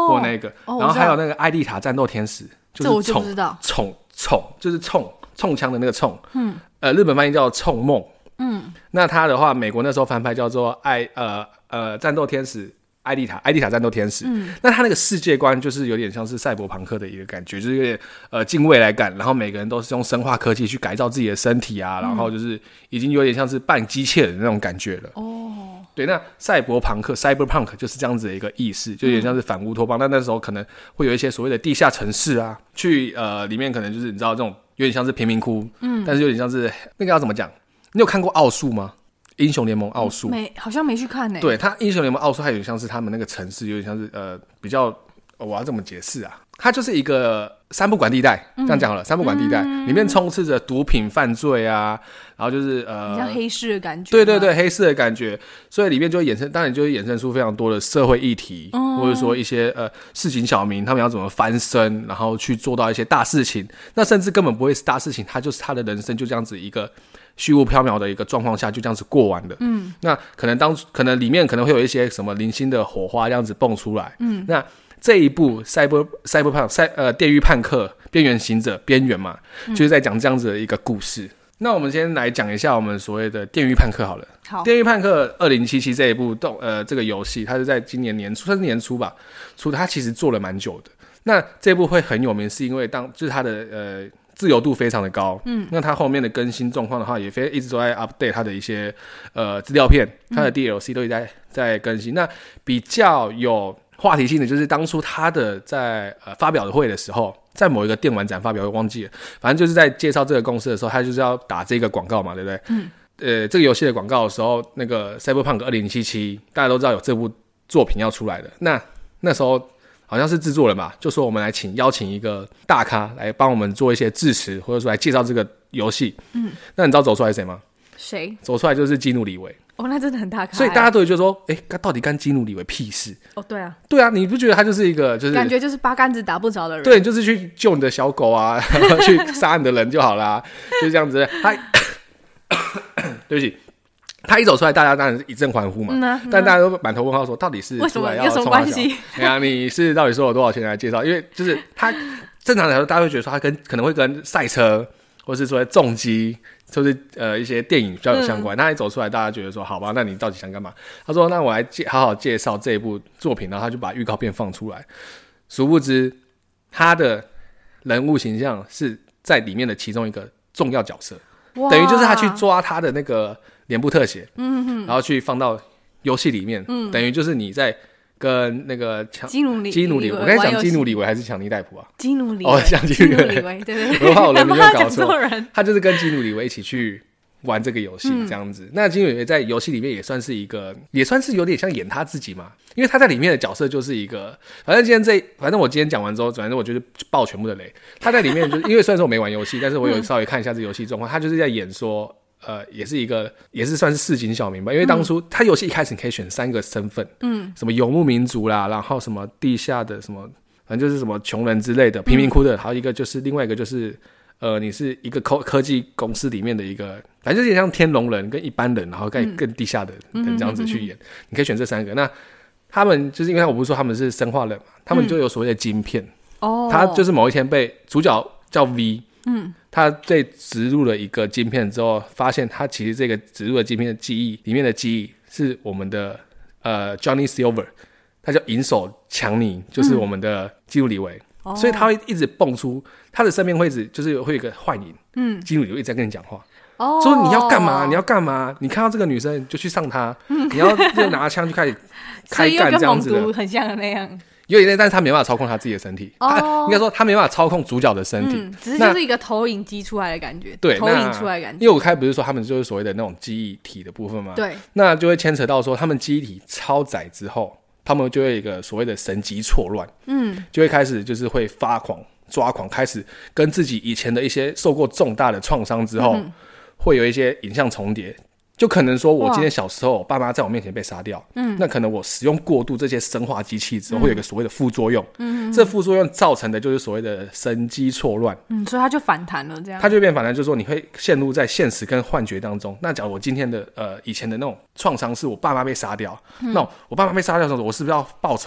哦， 或那个， 哦、 然后还有那个艾丽塔战斗天使，就是这我就不知道， 冲冲就是冲冲枪的那个冲，嗯，呃，日本翻译叫冲梦，嗯，那它的话，美国那时候翻拍叫做艾呃呃战斗天使。艾丽塔，艾丽塔战斗天使。嗯，那他那个世界观就是有点像是赛博朋克的一个感觉，就是有点呃近未来感，然后每个人都是用生化科技去改造自己的身体啊，嗯、然后就是已经有点像是半机械人的那种感觉了。哦，对，那赛博朋克 （cyberpunk） 就是这样子的一个意思，就有点像是反乌托邦。但、嗯、那时候可能会有一些所谓的地下城市啊，去呃里面可能就是你知道这种有点像是贫民窟，嗯，但是有点像是那个要怎么讲？你有看过奥数吗？英雄联盟奥数没好像没去看呢、欸。 对，他英雄联盟奥数，它有点像是他们那个城市，有点像是呃比较、哦，我要怎么解释啊？它就是一个三不管地带，嗯、这样讲好了，三不管地带、嗯、里面充斥着毒品犯罪啊，然后就是呃， 像黑市的感觉。 对对对，黑市的感觉，所以里面就会衍生，当然就会衍生出非常多的社会议题，嗯、或者说一些呃市井小民他们要怎么翻身，然后去做到一些大事情，那甚至根本不会是大事情，他就是他的人生就这样子一个。虚无缥缈的一个状况下就这样子过完的，嗯，那可能当可能里面可能会有一些什么零星的火花这样子蹦出来，嗯，那这一部 Cyber Cyberpunk 赛呃电狱判客边缘行者边缘嘛，嗯、就是在讲这样子的一个故事。那我们先来讲一下我们所谓的电狱判客好了。 好， 电狱判客二零七七这一部动呃这个游戏，它是在今年年初，算是年初吧，出的，它其实做了蛮久的。那这部会很有名，是因为当就是它的呃。自由度非常的高，嗯，那它后面的更新状况的话，也非一直都在 update 它的一些呃资料片，它的 D L C 都一直在在更新。那比较有话题性的就是当初它的在呃发表会的时候，在某一个电玩展发表会忘记了，反正就是在介绍这个公司的时候，他就是要打这个广告嘛，对不对？嗯，呃，这个游戏的广告的时候，那个 Cyberpunk 二零七七大家都知道有这部作品要出来的，那那时候。好像是制作人吧，就说我们来请邀请一个大咖来帮我们做一些致辞，或者说来介绍这个游戏。嗯，那你知道走出来是谁吗？ 谁？ 走出来就是基努里维。 哦，那真的很大咖、欸。 所以大家都会觉得说，哎、欸，到底干基努里维屁事？ 哦，对啊， 对啊，你不觉得他就是一个就是感觉就是八竿子打不着的人？ 对，就是去救你的小狗啊，去杀你的人就好啦，就是这样子。他，对不起。他一走出来，大家当然是一阵欢呼嘛，嗯啊嗯啊、但大家都满头问号说，到底是为什么有什么关系？ 哎呀，你是到底收了多少钱来介绍？因为就是他正常来说，大家会觉得说他跟可能会跟赛车，或是说重机，就是呃一些电影比较有相关。嗯、他一走出来，大家觉得说，好吧，那你到底想干嘛？他说，那我来介好好介绍这一部作品，然后他就把预告片放出来。殊不知，他的人物形象是在里面的其中一个重要角色，等于就是他去抓他的那个。脸部特写，嗯哼，然后去放到游戏里面，嗯，等于就是你在跟那个基努里基努里维，我刚才讲基努里维还是强尼戴普啊？ 基努里维， 哦，讲基努里维， 对对对， 我怕我人名又搞错，他就是跟基努里维一起去玩这个游戏这样子。嗯、那基努里维在游戏里面也算是一个，也算是有点像演他自己嘛，因为他在里面的角色就是一个，反正今天这，反正我今天讲完之后，反正我就是爆全部的雷。他在里面就是因为虽然说我没玩游戏，但是我有稍微看一下这游戏状况，他就是在演说。呃，也是一个，也是算是市井小民吧。因为当初、嗯、他游戏一开始你可以选三个身份，嗯，什么游牧民族啦，然后什么地下的什么，反正就是什么穷人之类的，贫民窟的，还有一个就是另外一个就是，呃，你是一个科科技公司里面的一个，反正就是像天龙人跟一般人，然后更更地下的人这样子去演，嗯、你可以选这三个。那他们就是因为我不是说他们是生化人嘛，他们就有所谓的晶片，哦、嗯，他就是某一天被主角叫 V。嗯，他被植入了一个晶片之后，发现他其实这个植入的晶片的记忆里面的记忆是我们的呃 Johnny Silver， 他叫银手强尼，就是我们的基努里维，嗯、所以他会一直蹦出他的身边会一直就是会有一个幻影，嗯，基努里维一直在跟你讲话，哦，说你要干嘛？你要干嘛？你看到这个女生就去上她，嗯、你要就拿枪就开始开干这样子的， 很像的那样。 有点，但是他没办法操控他自己的身体，哦、他应该说他没办法操控主角的身体， 嗯、只是就是一个投影机出来的感觉， 对， 投影出来的感觉。 因为我开始不是说他们就是所谓的那种记忆体的部分吗？ 对， 那就会牵扯到说他们记忆体超载之后，他们就会有一个所谓的神经错乱，嗯，就会开始就是会发狂、抓狂，开始跟自己以前的一些受过重大的创伤之后，嗯、会有一些影像重叠。就可能说我今天小时候我爸妈在我面前被杀掉，嗯，那可能我使用过度这些生化机器之后，嗯、会有一个所谓的副作用，嗯，这副作用造成的就是所谓的神经错乱， 嗯，所以它就反弹了，这样， 它就变反弹，就是说你会陷入在现实跟幻觉当中。那假如我今天的呃以前的那种创伤是我爸妈被杀掉，嗯、那我爸妈被杀掉的时候，我是不是要报仇？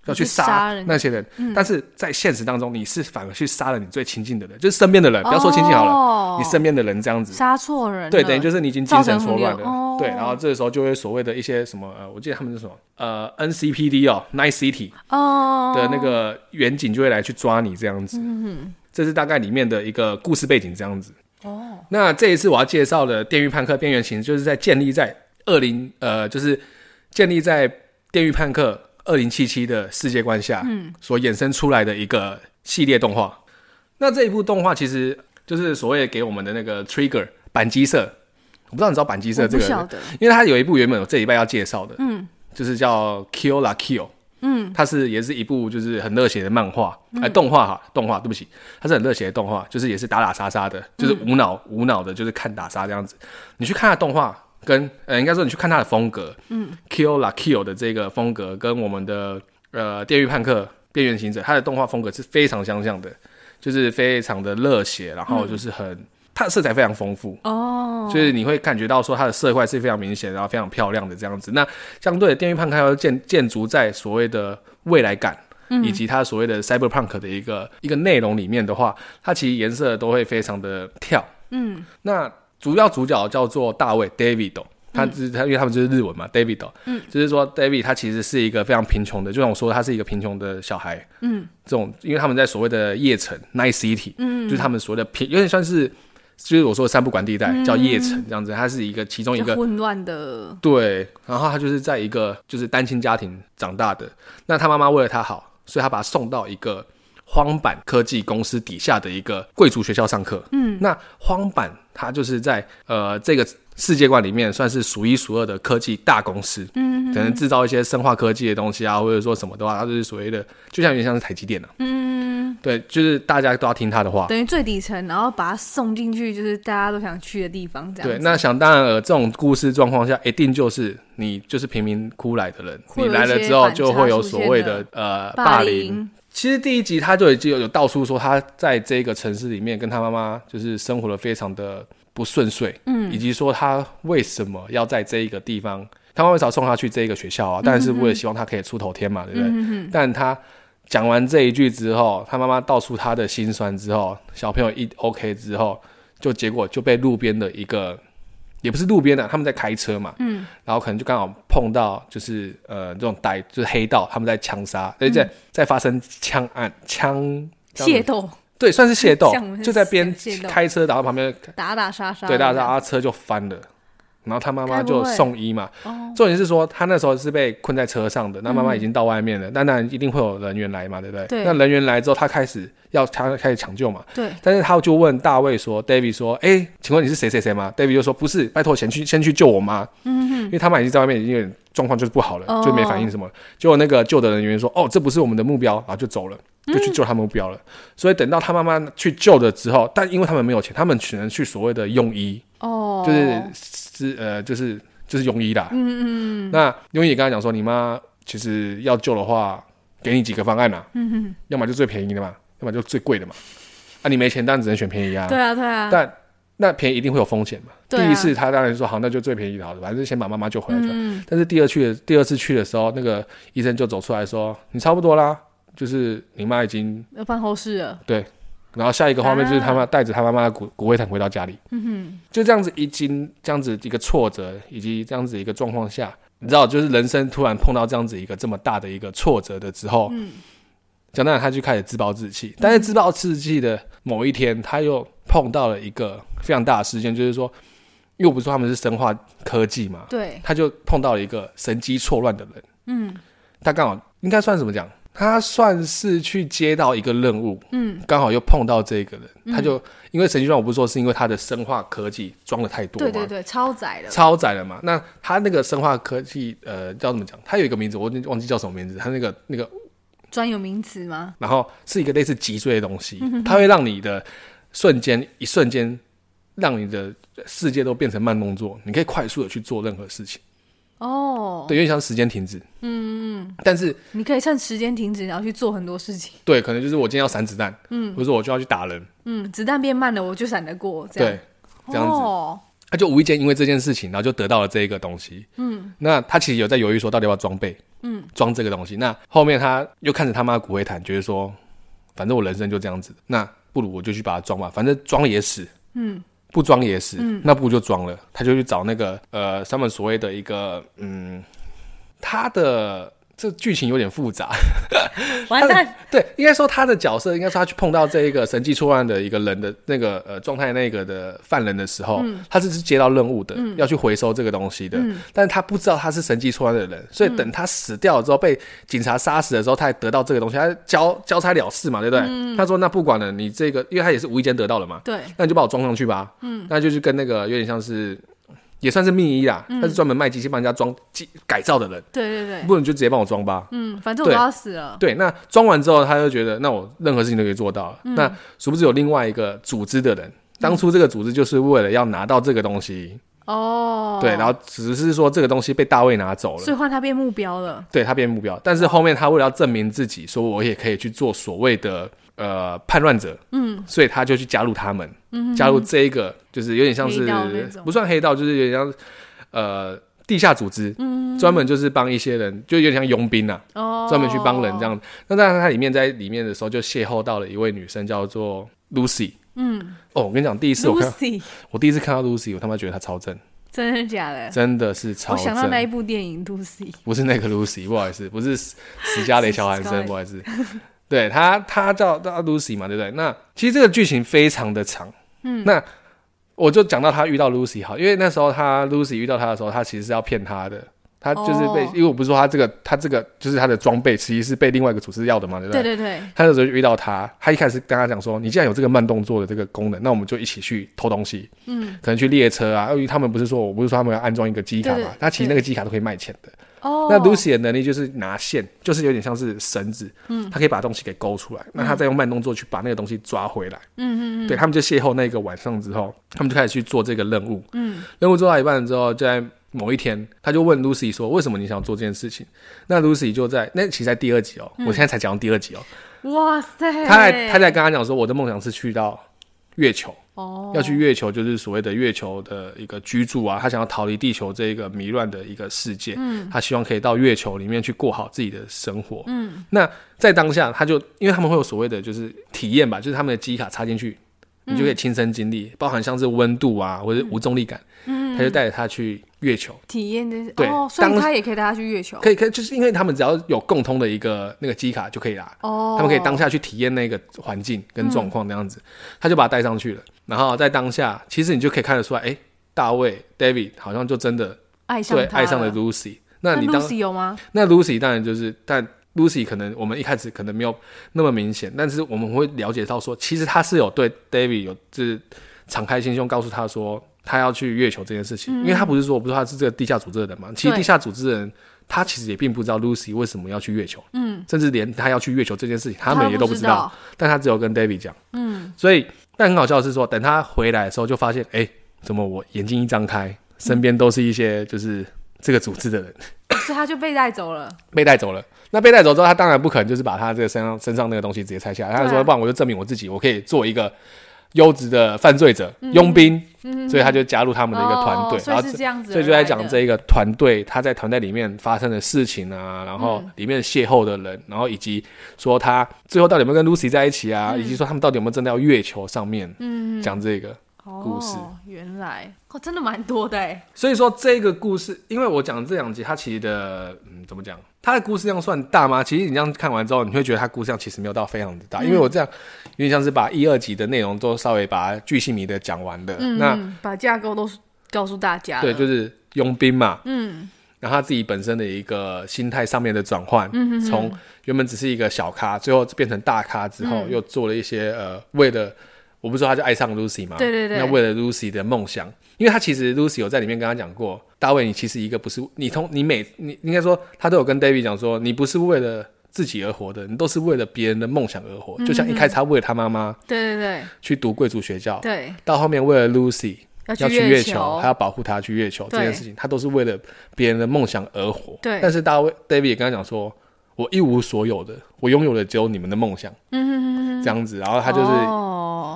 要去杀那些人、嗯、但是在现实当中你是反而去杀了你最亲近的人，就是身边的人、哦、不要说亲近好了，你身边的人这样子杀错人了， 对，等于就是你已经精神错乱了、哦、对，然后这个时候就会所谓的一些什么呃，我记得他们是什么呃 N C P D 哦 Night City 的那个远警就会来去抓你这样子、嗯、这是大概里面的一个故事背景这样子哦。那这一次我要介绍的电狱判客边缘行就是在建立在二零呃就是建立在电狱判客二零七七的世界观下、嗯、所衍生出来的一个系列动画。那这一部动画其实就是所谓给我们的那个 Trigger 扳机社，我不知道你知道扳机社这个，我不晓得，因为它有一部原本我这礼拜要介绍的，嗯，就是叫 Kill la Kill， 嗯，它是也是一部就是很热血的漫画，哎、嗯呃，动画哈，动画，对不起，它是很热血的动画，就是也是打打杀杀的，就是无脑、嗯、无脑的，就是看打杀这样子。你去看它的动画。跟呃，应该说你去看他的风格，嗯 ，Kill la Kill 的这个风格跟我们的呃《电狱判客边缘行者》他的动画风格是非常相像的，就是非常的热血，然后就是很、嗯、它的色彩非常丰富哦，就是你会感觉到说它的色块是非常明显，然后非常漂亮的这样子。那相对的，《电狱判客》要建建筑在所谓的未来感。嗯、以及它所谓的 cyberpunk 的一个一个内容里面的话，它其实颜色都会非常的跳，嗯，那。主要主角叫做大卫 David， 他就是他，因为他们就是日文嘛 ，David， 嗯，就是说 David 他其实是一个非常贫穷的，就像我说，他是一个贫穷的小孩，嗯，这种因为他们在所谓的夜城 Night City， 嗯，就是他们所谓的贫，有点算是就是我说的三不管地带，嗯、叫夜城这样子，它是一个其中一个混乱的， 对，然后他就是在一个就是单亲家庭长大的，那他妈妈为了他好，所以他把他送到一个。荒坂科技公司底下的一个贵族学校上课，嗯，那荒坂它就是在呃这个世界观里面算是数一数二的科技大公司，嗯，可能制造一些生化科技的东西啊，或者说什么的话，它就是所谓的，就像有点像是台积电啊，嗯，对，就是大家都要听他的话， 等于最底层，然后把它送进去，就是大家都想去的地方，这样子。对， 那想当然了，这种故事状况下，一定就是你就是贫民窟来的人，你来了之后就会有所谓的呃霸凌。其实第一集他就已经有道出说他在这个城市里面跟他妈妈就是生活的非常的不顺遂，嗯，以及说他为什么要在这一个地方，他妈妈为什么要送他去这一个学校啊？当然是为了希望他可以出头天嘛，对不对？嗯、但他讲完这一句之后，他妈妈道出他的心酸之后，小朋友一 OK 之后，就结果就被路边的一个。也不是路边的，他们在开车嘛，嗯，然后可能就刚好碰到，就是呃这种歹，就是黑道，他们在枪杀，嗯、在在发生枪案、枪械斗，对， 算是械斗，就在边开车，然后旁边打打杀杀， 对，打打杀，车就翻了，然后他妈妈就送医嘛。哦，重点是说他那时候是被困在车上的，那妈妈已经到外面了，那、嗯、当然一定会有人员来嘛，对不对？对，那人员来之后，他开始。要他开始抢救嘛？对。但是他就问大卫说 ：“David 说，哎、欸，请问你是谁谁谁吗 ？”David 就说：“不是，拜托先去先去救我妈。”嗯哼。因为他们已经在外面已经有点状况就是不好了，哦、就没反应什么。结果那个救的人员说：“哦，这不是我们的目标。”然后就走了，就去救他目标了。嗯、所以等到他妈妈去救了之后，但因为他们没有钱，他们只能去所谓的庸医。哦。就是是呃，就是就是庸医啦。嗯嗯。那庸医也跟他讲说：“你妈其实要救的话，给你几个方案啦、啊。嗯哼。要么就最便宜的嘛。”要么就最贵的嘛，啊，你没钱当然只能选便宜啊。 对啊，对啊。 但那便宜一定会有风险嘛。啊、第一次他当然说好，那就最便宜的好了，反正先把妈妈救回来就好。嗯、但是第二去的第二次去的时候，那个医生就走出来说：“你差不多啦，就是你妈已经要办后事了。”对。 然后下一个画面就是他妈带着他妈妈的骨骨灰坛回到家里。嗯哼。就这样子一经这样子一个挫折，以及这样子一个状况下，你知道，就是人生突然碰到这样子一个这么大的一个挫折的之后。嗯。讲当然，他就开始自暴自弃。但是自暴自弃的某一天，他又碰到了一个非常大的事件，就是说，因为我不是说他们是生化科技嘛，对，他就碰到了一个神机错乱的人。嗯，他刚好应该算怎么讲？他算是去接到一个任务，嗯，刚好又碰到这个人，嗯、他就因为神机乱，我不是说是因为他的生化科技装的太多嘛， 对对对，超载了， 超载了嘛。那他那个生化科技，呃，叫怎么讲？他有一个名字，我忘记叫什么名字。他那个那个。 专有名词吗？ 然后是一个类似脊椎的东西，嗯、它会让你的瞬间一瞬间，让你的世界都变成慢动作，你可以快速的去做任何事情。哦，对，有点像时间停止。嗯嗯。但是你可以趁时间停止，然后去做很多事情。 对，可能就是我今天要闪子弹，嗯，或者说我就要去打人， 嗯，子弹变慢了，我就闪得过，这样。 对，这样子。哦。 他就无意间因为这件事情，然后就得到了这一个东西。嗯，那他其实有在犹豫说到底要不要装备，嗯，装这个东西。那后面他又看着他妈的骨灰坛，觉得说，反正我人生就这样子，那不如我就去把它装吧，反正装也死，嗯，不装也死，嗯，那不如就装了。他就去找那个呃，他们所谓的一个嗯，他的。这剧情有点复杂， 完蛋。 对，应该说他的角色，应该说他去碰到这一个神迹错案的一个人的那个呃状态那个的犯人的时候，嗯、他是接到任务的、嗯，要去回收这个东西的，嗯、但是他不知道他是神迹错案的人，所以等他死掉了之后，被警察杀死的时候，他才得到这个东西，他交交差了事嘛，对不对？嗯、他说那不管了，你这个，因为他也是无意间得到了嘛， 对， 那你就把我装上去吧，嗯，那就是跟那个有点像是。也算是秘医啦，他、嗯、是专门卖机器帮人家装改造的人。对对对，不然你就直接帮我装吧。 嗯，反正我都要死了。 对，那装完之后，他就觉得，那我任何事情都可以做到了。嗯、那殊不知有另外一个组织的人，当初这个组织就是为了要拿到这个东西。哦、嗯，对，然后只是说这个东西被大卫拿走了， 所以换他变目标了。 对，他变目标，但是后面他为了要证明自己，说我也可以去做所谓的。呃，叛乱者，嗯，所以他就去加入他们，嗯，加入这一个就是有点像是不算黑道，就是有点像呃地下组织，嗯，专门就是帮一些人，就有点像佣兵啊，哦，专门去帮人这样。那当然，他里面在里面的时候就邂逅到了一位女生，叫做 Lucy， 嗯，哦，我跟你讲，第一次我看，我第一次看到 Lucy， 我他妈觉得她超正。 真的假的？ 真的是超正。 我想到那一部电影 Lucy， 不是那个 Lucy， 不好意思，不是史嘉蕾·乔韩森，不好意思。对他，他叫叫 Lucy 嘛，对不对？那其实这个剧情非常的长，嗯，那我就讲到他遇到 Lucy 好，因为那时候他 Lucy 遇到他的时候，他其实是要骗他的，他就是被，哦、因为我不是说他这个，他这个就是他的装备，其实是被另外一个组织要的嘛，对不对？对对对。他那时候就遇到他，他一开始跟他讲说，你既然有这个慢动作的这个功能，那我们就一起去偷东西，嗯，可能去列车啊，因为他们不是说，我不是说他们要安装一个机卡嘛，他其实那个机卡都可以卖钱的。Oh. 那 Lucy 的能力就是拿线，就是有点像是绳子，嗯，他可以把东西给勾出来，嗯、那他再用慢动作去把那个东西抓回来，嗯嗯嗯，对他们就邂逅那个晚上之后，他们就开始去做这个任务，嗯，任务做到一半之后，就在某一天，他就问 Lucy 说：“为什么你想做这件事情？”那 Lucy 就在那其实在第二集哦，嗯、我现在才讲到第二集哦， 哇塞， 他在他在跟他讲说，我的梦想是去到月球。哦，要去月球就是所谓的月球的一个居住啊，他想要逃离地球这一个迷乱的一个世界，嗯，他希望可以到月球里面去过好自己的生活，嗯，那在当下他就因为他们会有所谓的就是体验吧，就是他们的机卡插进去，你就可以亲身经历，嗯、包含像是温度啊或者无重力感，嗯，他就带着他去月球体验这些，对，哦，所以他也可以带他去月球， 可以可以，就是因为他们只要有共通的一个那个机卡就可以啦，哦，他们可以当下去体验那个环境跟状况那样子，嗯、他就把他带上去了。然后在当下，其实你就可以看得出来，哎，大卫 David 好像就真的爱上他了， 对，爱上了 Lucy。那你当 Lucy 有吗？ 那 Lucy 当然就是，但 Lucy 可能我们一开始可能没有那么明显，但是我们会了解到说，其实他是有对 David 有就是敞开心胸，告诉他说他要去月球这件事情，嗯、因为他不是说我不是说他是这个地下组织的人嘛，其实地下组织的人。他其实也并不知道 Lucy 为什么要去月球，嗯，甚至连他要去月球这件事情，他们也都不知道，他但他只有跟 David 讲，嗯，所以但很好笑的是说，等他回来的时候，就发现，哎，怎么我眼睛一张开，身边都是一些就是这个组织的人， 所以他就被带走了， 被带走了。那被带走之后，他当然不可能就是把他这个身上身上那个东西直接拆下来，他就说，不然我就证明我自己，我可以做一个。优质的犯罪者、嗯、佣兵、嗯，所以他就加入他们的一个团队、哦， 所以是这样子， 所以就在讲这一个团队，他在团队里面发生的事情啊，然后里面邂逅的人，然后以及说他最后到底有没有跟 Lucy 在一起啊，嗯、以及说他们到底有没有真的要月球上面，嗯，讲这个故事。 哦，原来哦，真的蛮多的哎。 所以说这个故事，因为我讲这两集，它其实的，嗯，怎么讲？他的故事量算大吗？其实你这样看完之后，你会觉得他故事量其实没有到非常的大，嗯、因为我这样有点像是把一二集的内容都稍微把它巨细靡的讲完的，嗯，那把架构都告诉大家了。 对，就是佣兵嘛，嗯，然后他自己本身的一个心态上面的转换，嗯，从原本只是一个小咖，最后变成大咖之后，嗯、又做了一些呃，为了我不是说他就爱上 Lucy 嘛， 对对对， 那为了 Lucy 的梦想。因为他其实 Lucy 有在里面跟他讲过，大卫，你其实一个不是你通你每你应该说他都有跟 David 讲说，你不是为了自己而活的，你都是为了别人的梦想而活。嗯、就像一开始他为了他妈妈，对对对，去读贵族学校，对，到后面为了 Lucy 要去月球，还要保护他去月球这件事情，他都是为了别人的梦想而活。对，但是大卫 David 也跟他讲说，我一无所有的，我拥有的只有你们的梦想，嗯哼哼哼，这样子，然后他就是。哦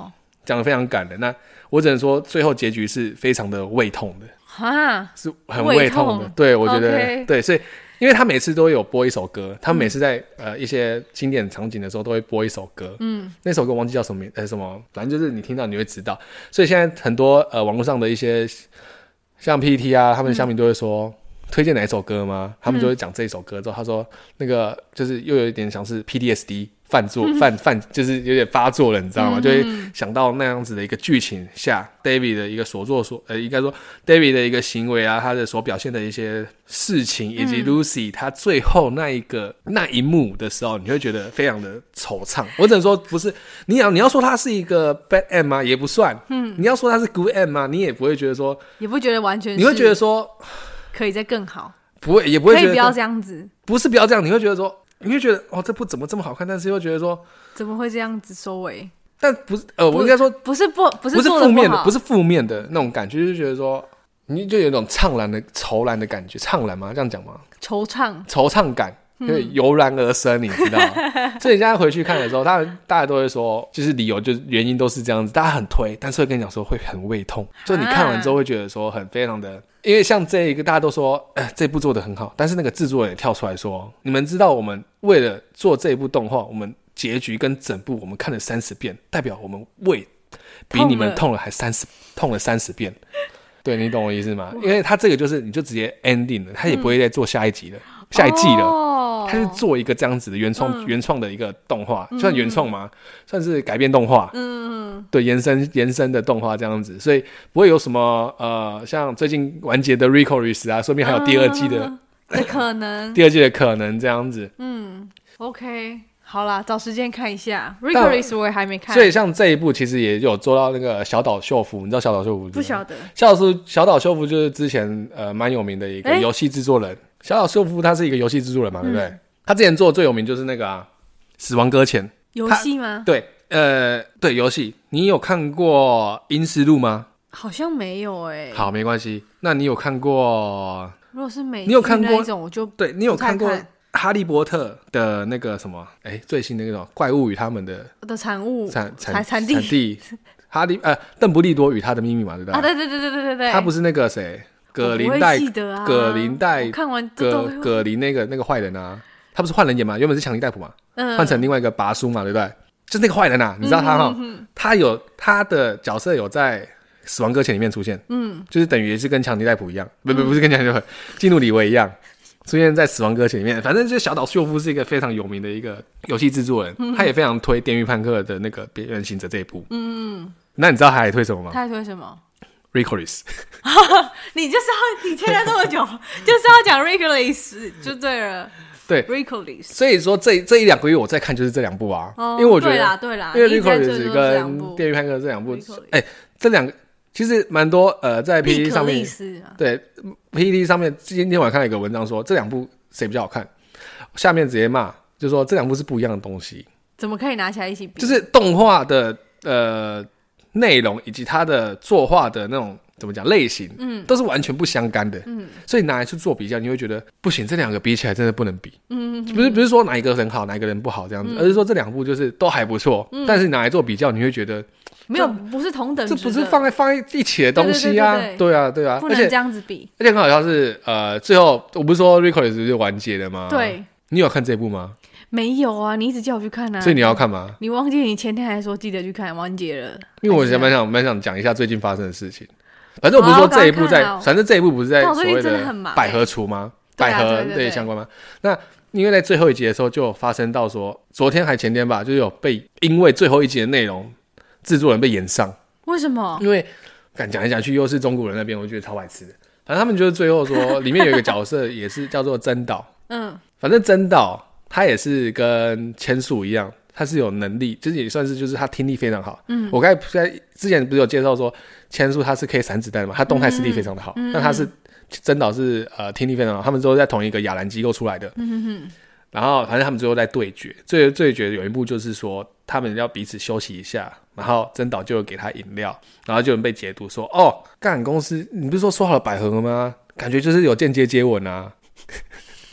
讲的非常感人。那我只能说，最后结局是非常的胃痛的， 哈， 是很胃痛的。对，我觉得、okay. 对，所以因为他每次都有播一首歌，他每次在、嗯、呃一些经典场景的时候都会播一首歌，嗯，那首歌忘记叫什么名，呃什么，反正就是你听到你会知道。所以现在很多呃网络上的一些像 P T T 啊，他们的乡民都会说。嗯推荐哪一首歌吗？他们就会讲这一首歌之后，他说那个就是又有一点像是 P T S D 犯作犯犯，就是有点发作了，你知道吗？就会想到那样子的一个剧情下 ，David 的一个所作所呃，应该说 David 的一个行为啊，他的所表现的一些事情，以及 Lucy 他最后那一个那一幕的时候，你会觉得非常的惆怅。我只能说，不是你要你要说他是一个 bad end 吗？也不算。嗯，你要说他是 good end 吗？你也不会觉得说， 也不觉得完全是， 你会觉得说。 可以再更好， 不会，也不会觉得可以不要这样子， 不是不要这样，你会觉得说，你会觉得哦，这部怎么这么好看，但是又觉得说， 怎么会这样子收尾？ 但不是，呃，我应该说不是不不是不是负面的，不是负面的那种感觉，就是觉得说，你就有一种怅然的惆然的感觉，怅然吗？这样讲吗？ 惆怅， 惆怅感。就油然而生，你知道吗？所以你现在回去看的时候，大家大家都会说，就是理由，就是原因都是这样子，大家很推，但是会跟你讲说会很胃痛，所以你看完之后会觉得说很非常的，因为像这一个大家都说，呃，这部做得很好，但是那个制作人也跳出来说，你们知道我们为了做这一部动画，我们结局跟整部我们看了三十遍，代表我们胃比你们痛了还三十痛了三十遍，对，你懂我意思吗？因为他这个就是你就直接 ending 了，他也不会再做下一集了。嗯下一季了，哦、他是做一个这样子的原创、嗯、原创的一个动画，算原创吗？嗯、算是改编动画，嗯，对，延伸延伸的动画这样子，所以不会有什么呃，像最近完结的 Ricoris 啊，说不定还有第二季的、 嗯、的可能， 第二季的可能这样子， 嗯 ，OK。好啦，找时间看一下 Ricoris 我也还没看， 所以像这一部其实也有做到那个小岛秀夫，你知道小岛秀夫？ 不晓得。 小岛小岛秀夫就是之前呃蛮有名的一个游戏制作人。小岛秀夫他是一个游戏制作人嘛，对不对？嗯、他之前做的最有名就是那个啊，《死亡搁浅》 游戏吗？ 对，呃，对，游戏。你有看过《阴尸路》吗？ 好像没有哎、欸。 好，没关系。那你有看过？ 如果是美， 你有看过那一种，我就对你有看过《哈利波特》的那个什么？哎，最新的那种怪物与他们的的产物产产产地产地。哈利呃，邓布利多与他的秘密嘛，对不对？ 啊，对对对对对对对。 他不是那个谁？葛林戴， 啊、 葛林戴， 看完葛葛林那个那个坏人啊，他不是换人演嘛？原本是强尼戴普嘛，换、嗯、成另外一个拔叔嘛，对不对？就是那个坏人啊，你知道他哈、嗯嗯，他有他的角色有在《死亡搁浅》里面出现，嗯，就是等于也是跟强尼戴普一样，不不不是跟强尼戴普，基努里维一样，出现在《死亡搁浅》里面。反正就是小岛秀夫是一个非常有名的一个游戏制作人，嗯、他也非常推《电狱判客》的那个《边缘行者》这一部，嗯，那你知道他还推什么吗？ 他还推什么 ？Ricoris 你就是要你听了这么久就是要讲 Ricoris 就对了， 对 Ricoris。 所以说这这一两个月我在看就是这两部啊、哦、因为我觉得对啦对啦， 因为 Ricoris 跟电狱判客这两部哎、欸，这两个其实蛮多呃在 P T T 上面、啊、对 P T T 上面今天晚上看了一个文章说这两部谁比较好看，下面直接骂就说这两部是不一样的东西， 怎么可以拿起来一起比？ 就是动画的呃内容以及它的作画的那种怎么讲类型，嗯，都是完全不相干的，嗯，所以拿来去做比较，你会觉得不行，这两个比起来真的不能比，嗯，不是不是说哪一个人好，哪一个人不好这样子，嗯、而是说这两部就是都还不错，嗯，但是拿来做比较，你会觉得没有不是同等， 这不是放在放在一起的东西啊，对对对对对，对啊对啊， 不能这样子比， 而且很好笑是呃，最后我不是说 Ricoris 是完结的吗？ 对， 你有看这部吗？ 没有啊，你一直叫我去看啊， 所以你要看吗？ 你忘记你前天还说记得去看，完结了。 因为我蛮想蛮想讲一下最近发生的事情。反正我不是说这一部在， 哦、 反正这一部不是在所谓的欸、 百合厨吗？百合类相关吗？那因为在最后一集的时候就发生到说，昨天还前天吧，就有被因为最后一集的内容，制作人被延上。 为什么？ 因为敢讲来讲去又是中国人那边，我觉得超白痴的。反正他们就是最后说，里面有一个角色也是叫做真岛，嗯，反正真岛。他也是跟千树一样，他是有能力，就是也算是就是他听力非常好。嗯，我刚才之前不是有介绍说千树他是可以闪子弹的嘛，他动态视力非常的好。那、嗯、他是真岛是呃听力非常好，他们都在同一个亚兰机构出来的。嗯哼哼。然后反正他们最后在对决，最对决有一幕就是说他们要彼此休息一下，然后真岛就给他饮料，然后就有人被解读说哦，干公司你不是说说好了百合吗？感觉就是有间接接吻啊。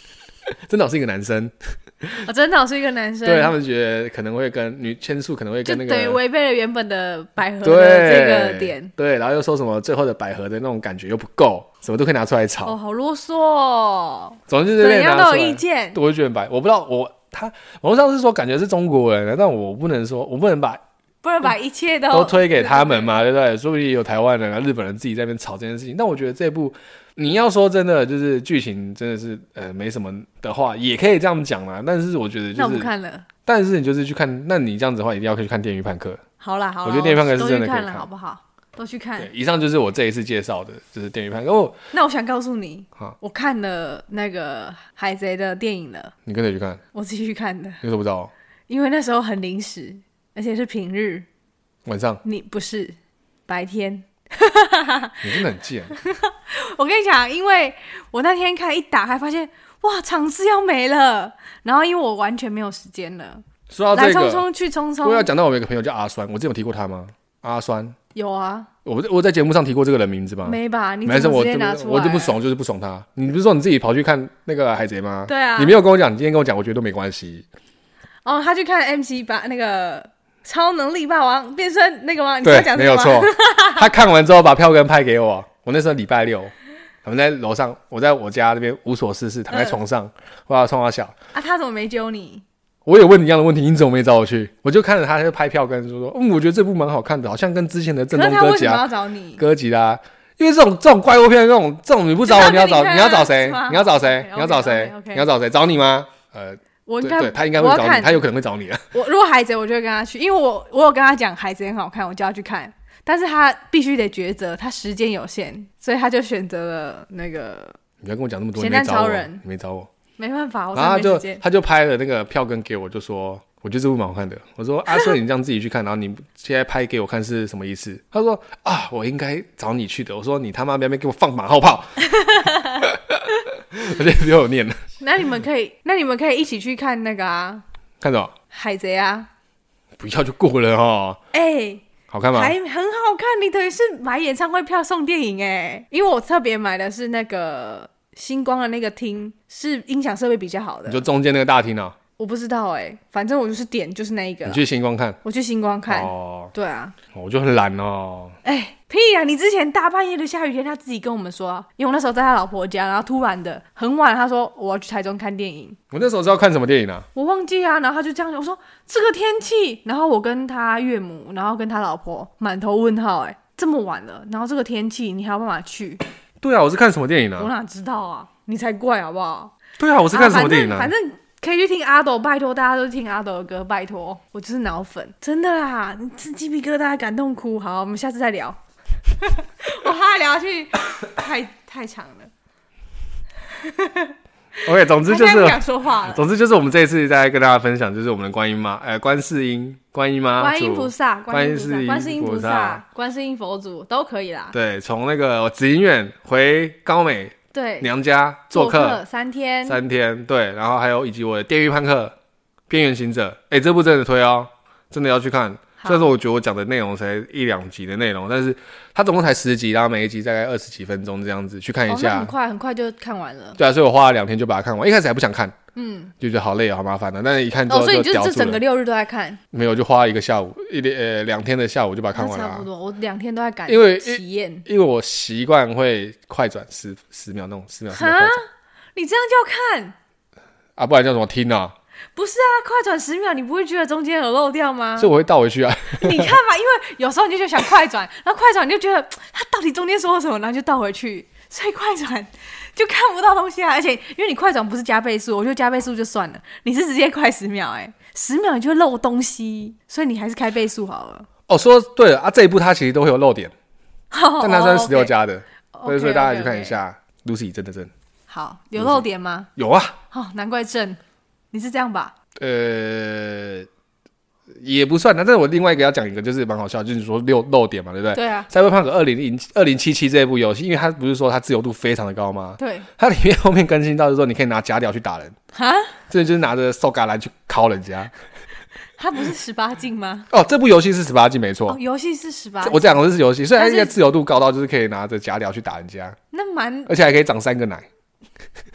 真岛是一个男生。 哦，真岛是一个男生， 对他们觉得可能会跟女千树可能会跟那个， 就等于违背了原本的百合的这个点。 对，然后又说什么最后的百合的那种感觉又不够，什么都可以拿出来吵。 哦，好啰嗦哦。 总之就是怎样都有意见， 我就觉得白，我不知道我他网络上是说感觉是中国人，但我不能说，我不能把不能把一切都都推给他们嘛，对不对？说不定有台湾人啊、日本人自己在那边吵这件事情。但我觉得这部你要说真的，就是剧情真的是呃没什么的话，也可以这样讲啦。但是我觉得就是， 那我不看了。 但是你就是去看，那你这样子的话，一定要去看《电狱判客》。 好啦好啦， 我觉得《电狱判客》是真的可以看， 了好不好？都去看。 对，以上就是我这一次介绍的，就是《电狱判客》。哦， 那我想告诉你，我看了那个海贼的电影了。 你跟谁去看？ 我自己去看的。 你怎么不知道？ 因为那时候很临时，而且是平日。 晚上？ 你不是白天。 你真的很贱。 我跟你讲，因为我那天看一打开，发现哇，场次要没了，然后因为我完全没有时间了。 说到这个， 来匆匆去匆匆。 我要讲到我有一个朋友叫阿酸，我之前有提过他吗？阿酸有啊， 我我在节目上提过这个人名字吗？ 没吧？你怎么直接拿出来？ 我就不爽，就是不爽他。你不是说你自己跑去看那个海贼吗？ 对啊， 你没有跟我讲，你今天跟我讲，我觉得都没关系。 哦，他去看 M C 八那个超能力霸王变身那个吗？你在讲这个吗？ 没有错。他看完之后把票根拍给我，我那时候礼拜六，我们在楼上，我在我家那边无所事事，躺在床上，我要冲他笑啊，他怎么没揪你？ 我也问你一样的问题，你怎么没找我去？我就看着他，他就拍票根，说说，嗯，我觉得这部蛮好看的，好像跟之前的正宗哥吉拉哥吉拉，因为这种这种怪物片，这种这种你不找我，你要找你要找谁？你要找谁？你要找谁？你要找谁？找你吗？呃， 我应该对他应该会找你，他有可能会找你啊。 我如果海贼，我就会跟他去，因为我我有跟他讲海贼很好看，我就要去看，但是他必须得抉择，他时间有限，所以他就选择了那个。 你不要跟我讲那么多，你没找我，你没找我。 没办法，我然后他就他就拍了那个票根给我，就说我觉得这部蛮好看的。我说啊，所以你这样自己去看，然后你现在拍给我看是什么意思？他说啊，我应该找你去的。我说你他妈别别给我放马后炮，而且比我念了。 那你们可以，那你们可以一起去看那个啊， 看什么？ 海贼啊？ 不要就过了哈。 哎、欸， 好看吗？ 还很好看，你等于是买演唱会票送电影哎、欸，因为我特别买的是那个。星光的那个厅是音响设备比较好的， 你就中间那个大厅啊？ 我不知道哎、欸，反正我就是点就是那一个。 你去星光看？ 我去星光看。哦，对啊， 我就很懒哦。 哎、欸，屁啊！你之前大半夜的下雨天，他自己跟我们说，因为我那时候在他老婆家，然后突然的很晚，他说我要去台中看电影。 我那时候是要看什么电影啊？ 我忘记啊，然后他就这样，我说这个天气，然后我跟他岳母，然后跟他老婆满头问号、欸，哎，这么晚了，然后这个天气你还有办法去？对啊，我是看什么电影啊？ 我哪知道啊？你才怪好不好？ 对啊，我是看什么电影啊？ 啊、反正反正可以去听阿斗，拜托大家都听阿斗的歌，拜托，我就是脑粉，真的啦，你吃鸡皮疙瘩，感动哭。好，我们下次再聊。我怕聊下去太太长了。 OK， 总之就是， 不想说话了。 总之就是我们这一次在跟大家分享，就是我们的观音妈，呃，观世音、观音妈、 观音菩萨、 观音菩萨、 观世音菩萨、观世音佛祖都可以啦。 对，从那个紫音院回高美。对，娘家做 客, 做客三天， 三天，对，然后还有以及我的《电狱判客》《边缘行者》，哎，这部真的推哦，真的要去看。虽然说我觉得我讲的内容才一两集的内容，但是它总共才十集，然后每一集大概二十几分钟这样子，去看一下， 哦、很快很快就看完了。 对啊，所以我花了两天就把它看完。一开始还不想看，嗯，就觉得好累啊，好麻烦的、啊。但是一看之后就屌住了。 哦，所以你就这整个六日都在看？ 没有，就花了一个下午，一呃两天的下午就把它看完了、啊。 差不多，我两天都在赶， 因为体验， 因为我习惯会快转十十秒那种十秒十秒快转。 你这样叫看啊？不然叫什么听啊？ 不是啊，快转十秒，你不会觉得中间有漏掉吗？ 所以我会倒回去啊。 你看嘛，因为有时候你就想快转，然后快转你就觉得他到底中间说了什么，然后就倒回去，所以快转就看不到东西啊。而且因为你快转不是加倍速，我觉得加倍速就算了，你是直接快十秒、欸，哎，十秒你就会漏东西，所以你还是开倍速好了。 哦，说对了啊，这一部它其实都会有漏点， 哦、 但它算是十六加的， 哦、 所以所以大家去看一下 Lucy 真的真好，有漏点吗？ 有啊。 哦，难怪正，你是这样吧？ 呃，也不算。那这是我另外一个要讲一个，就是蛮好笑，就是说漏漏点嘛，对不对？ 对啊。 Cyberpunk 二零二零七七这部游戏，因为它不是说它自由度非常的高吗？ 对。 它里面后面更新到就是说，你可以拿假屌去打人。哈？这就是拿着手橄榄去敲人家。 它不是十八禁吗？ 哦，这部游戏是十八禁没错。 哦，游戏是十八禁。 我讲的是游戏，虽然它应该自由度高到就是可以拿着假屌去打人家， 那蛮， 而且还可以长三个奶。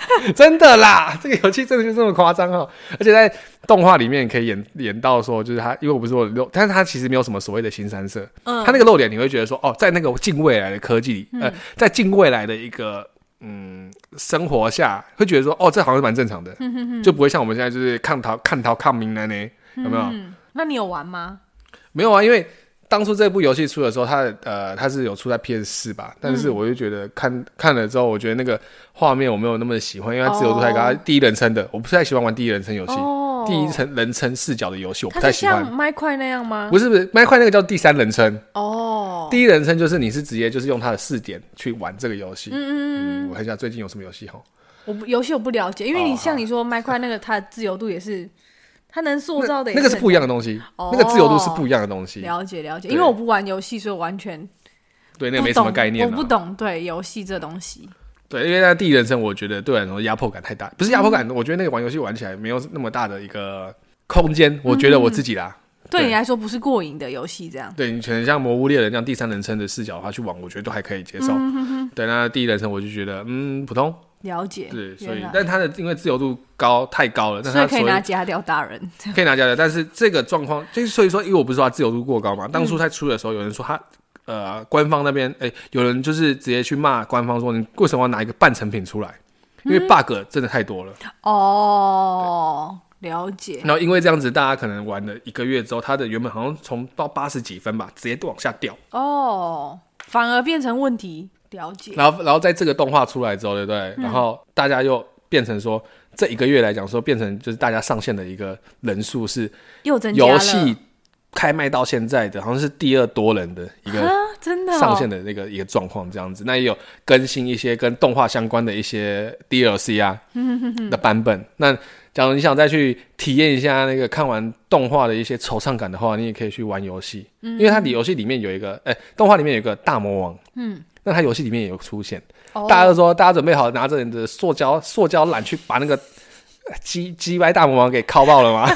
真的啦，这个游戏真的就这么夸张哦！而且在动画里面可以演演到说，就是他，因为我不是说露，但是他其实没有什么所谓的新三色，嗯，他那个露点你会觉得说，哦，在那个近未来的科技里，嗯、呃，在近未来的一个嗯生活下，会觉得说，哦，这好像是蛮正常的，嗯、就不会像我们现在就是看逃看逃抗明了呢，有没有、 嗯？那你有玩吗？ 没有啊，因为。当初这部游戏出的时候，它呃它是有出在 P S 四 吧，但是我就觉得看、嗯、看了之后，我觉得那个画面我没有那么喜欢，因为它自由度太高，它、哦、第一人称的，我不太喜欢玩第一人称游戏、哦，第一人称视角的游戏我不太喜欢。 它是像麦块那样吗？ 不是不是，麦块那个叫第三人称哦， 第一人称就是你是直接就是用它的视点去玩这个游戏。嗯嗯嗯，我看一下最近有什么游戏哈。 我游戏我不了解，因为你像你说麦块那个，它的自由度也是。它能塑造的也那，那个是不一样的东西、哦，那个自由度是不一样的东西。 了解了解，因为我不玩游戏，所以我完全对那个没什么概念、啊。 我不懂对游戏这东西。 对，因为那第一人称，我觉得对我来说压迫感太大，不是压迫感、嗯，我觉得那个玩游戏玩起来没有那么大的一个空间。我觉得我自己啦， 嗯、对, 对你来说不是过瘾的游戏，这样。 对你可能像《魔物猎人》这样第三人称的视角的话去玩，我觉得都还可以接受。嗯、哼哼对，那第一人称我就觉得嗯普通。 了解， 对，所以，但它的因为自由度高太高了，但所以可以拿夹掉大人， 可以拿夹掉。但是这个状况，就所以说，因为我不是说它自由度过高嘛，当初在出的时候，有人说它，呃，官方那边，哎、欸，有人就是直接去骂官方说，你为什么要拿一个半成品出来？因为 bug 真的太多了。嗯、 哦，了解。 然后因为这样子，大家可能玩了一个月之后，它的原本好像从到八十几分吧，直接往下掉。 哦，反而变成问题。了解， 然后，然后在这个动画出来之后，对不对？嗯、然后大家又变成说，这一个月来讲说，变成就是大家上线的一个人数是又增加了， 游戏开卖到现在的好像是第二多人的一个真的上线的那个一个状况这样子。那也有更新一些跟动画相关的一些 D L C 啊的版本。那假如你想再去体验一下那个看完动画的一些惆怅感的话，你也可以去玩游戏，嗯、因为它的游戏里面有一个，哎，动画里面有一个大魔王，嗯。那他游戏里面也有出现，哦、大家都说大家准备好拿着你的塑胶塑胶篮去把那个鸡鸡掰大魔王给敲爆了吗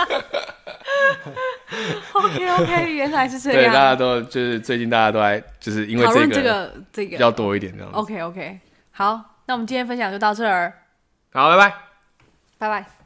？OK OK， 原来是这样。 对，大家都就是最近大家都在就是因为这个讨论这个这个要多一点这样子。 OK OK， 好，那我们今天分享就到这儿。 好，拜拜， 拜拜。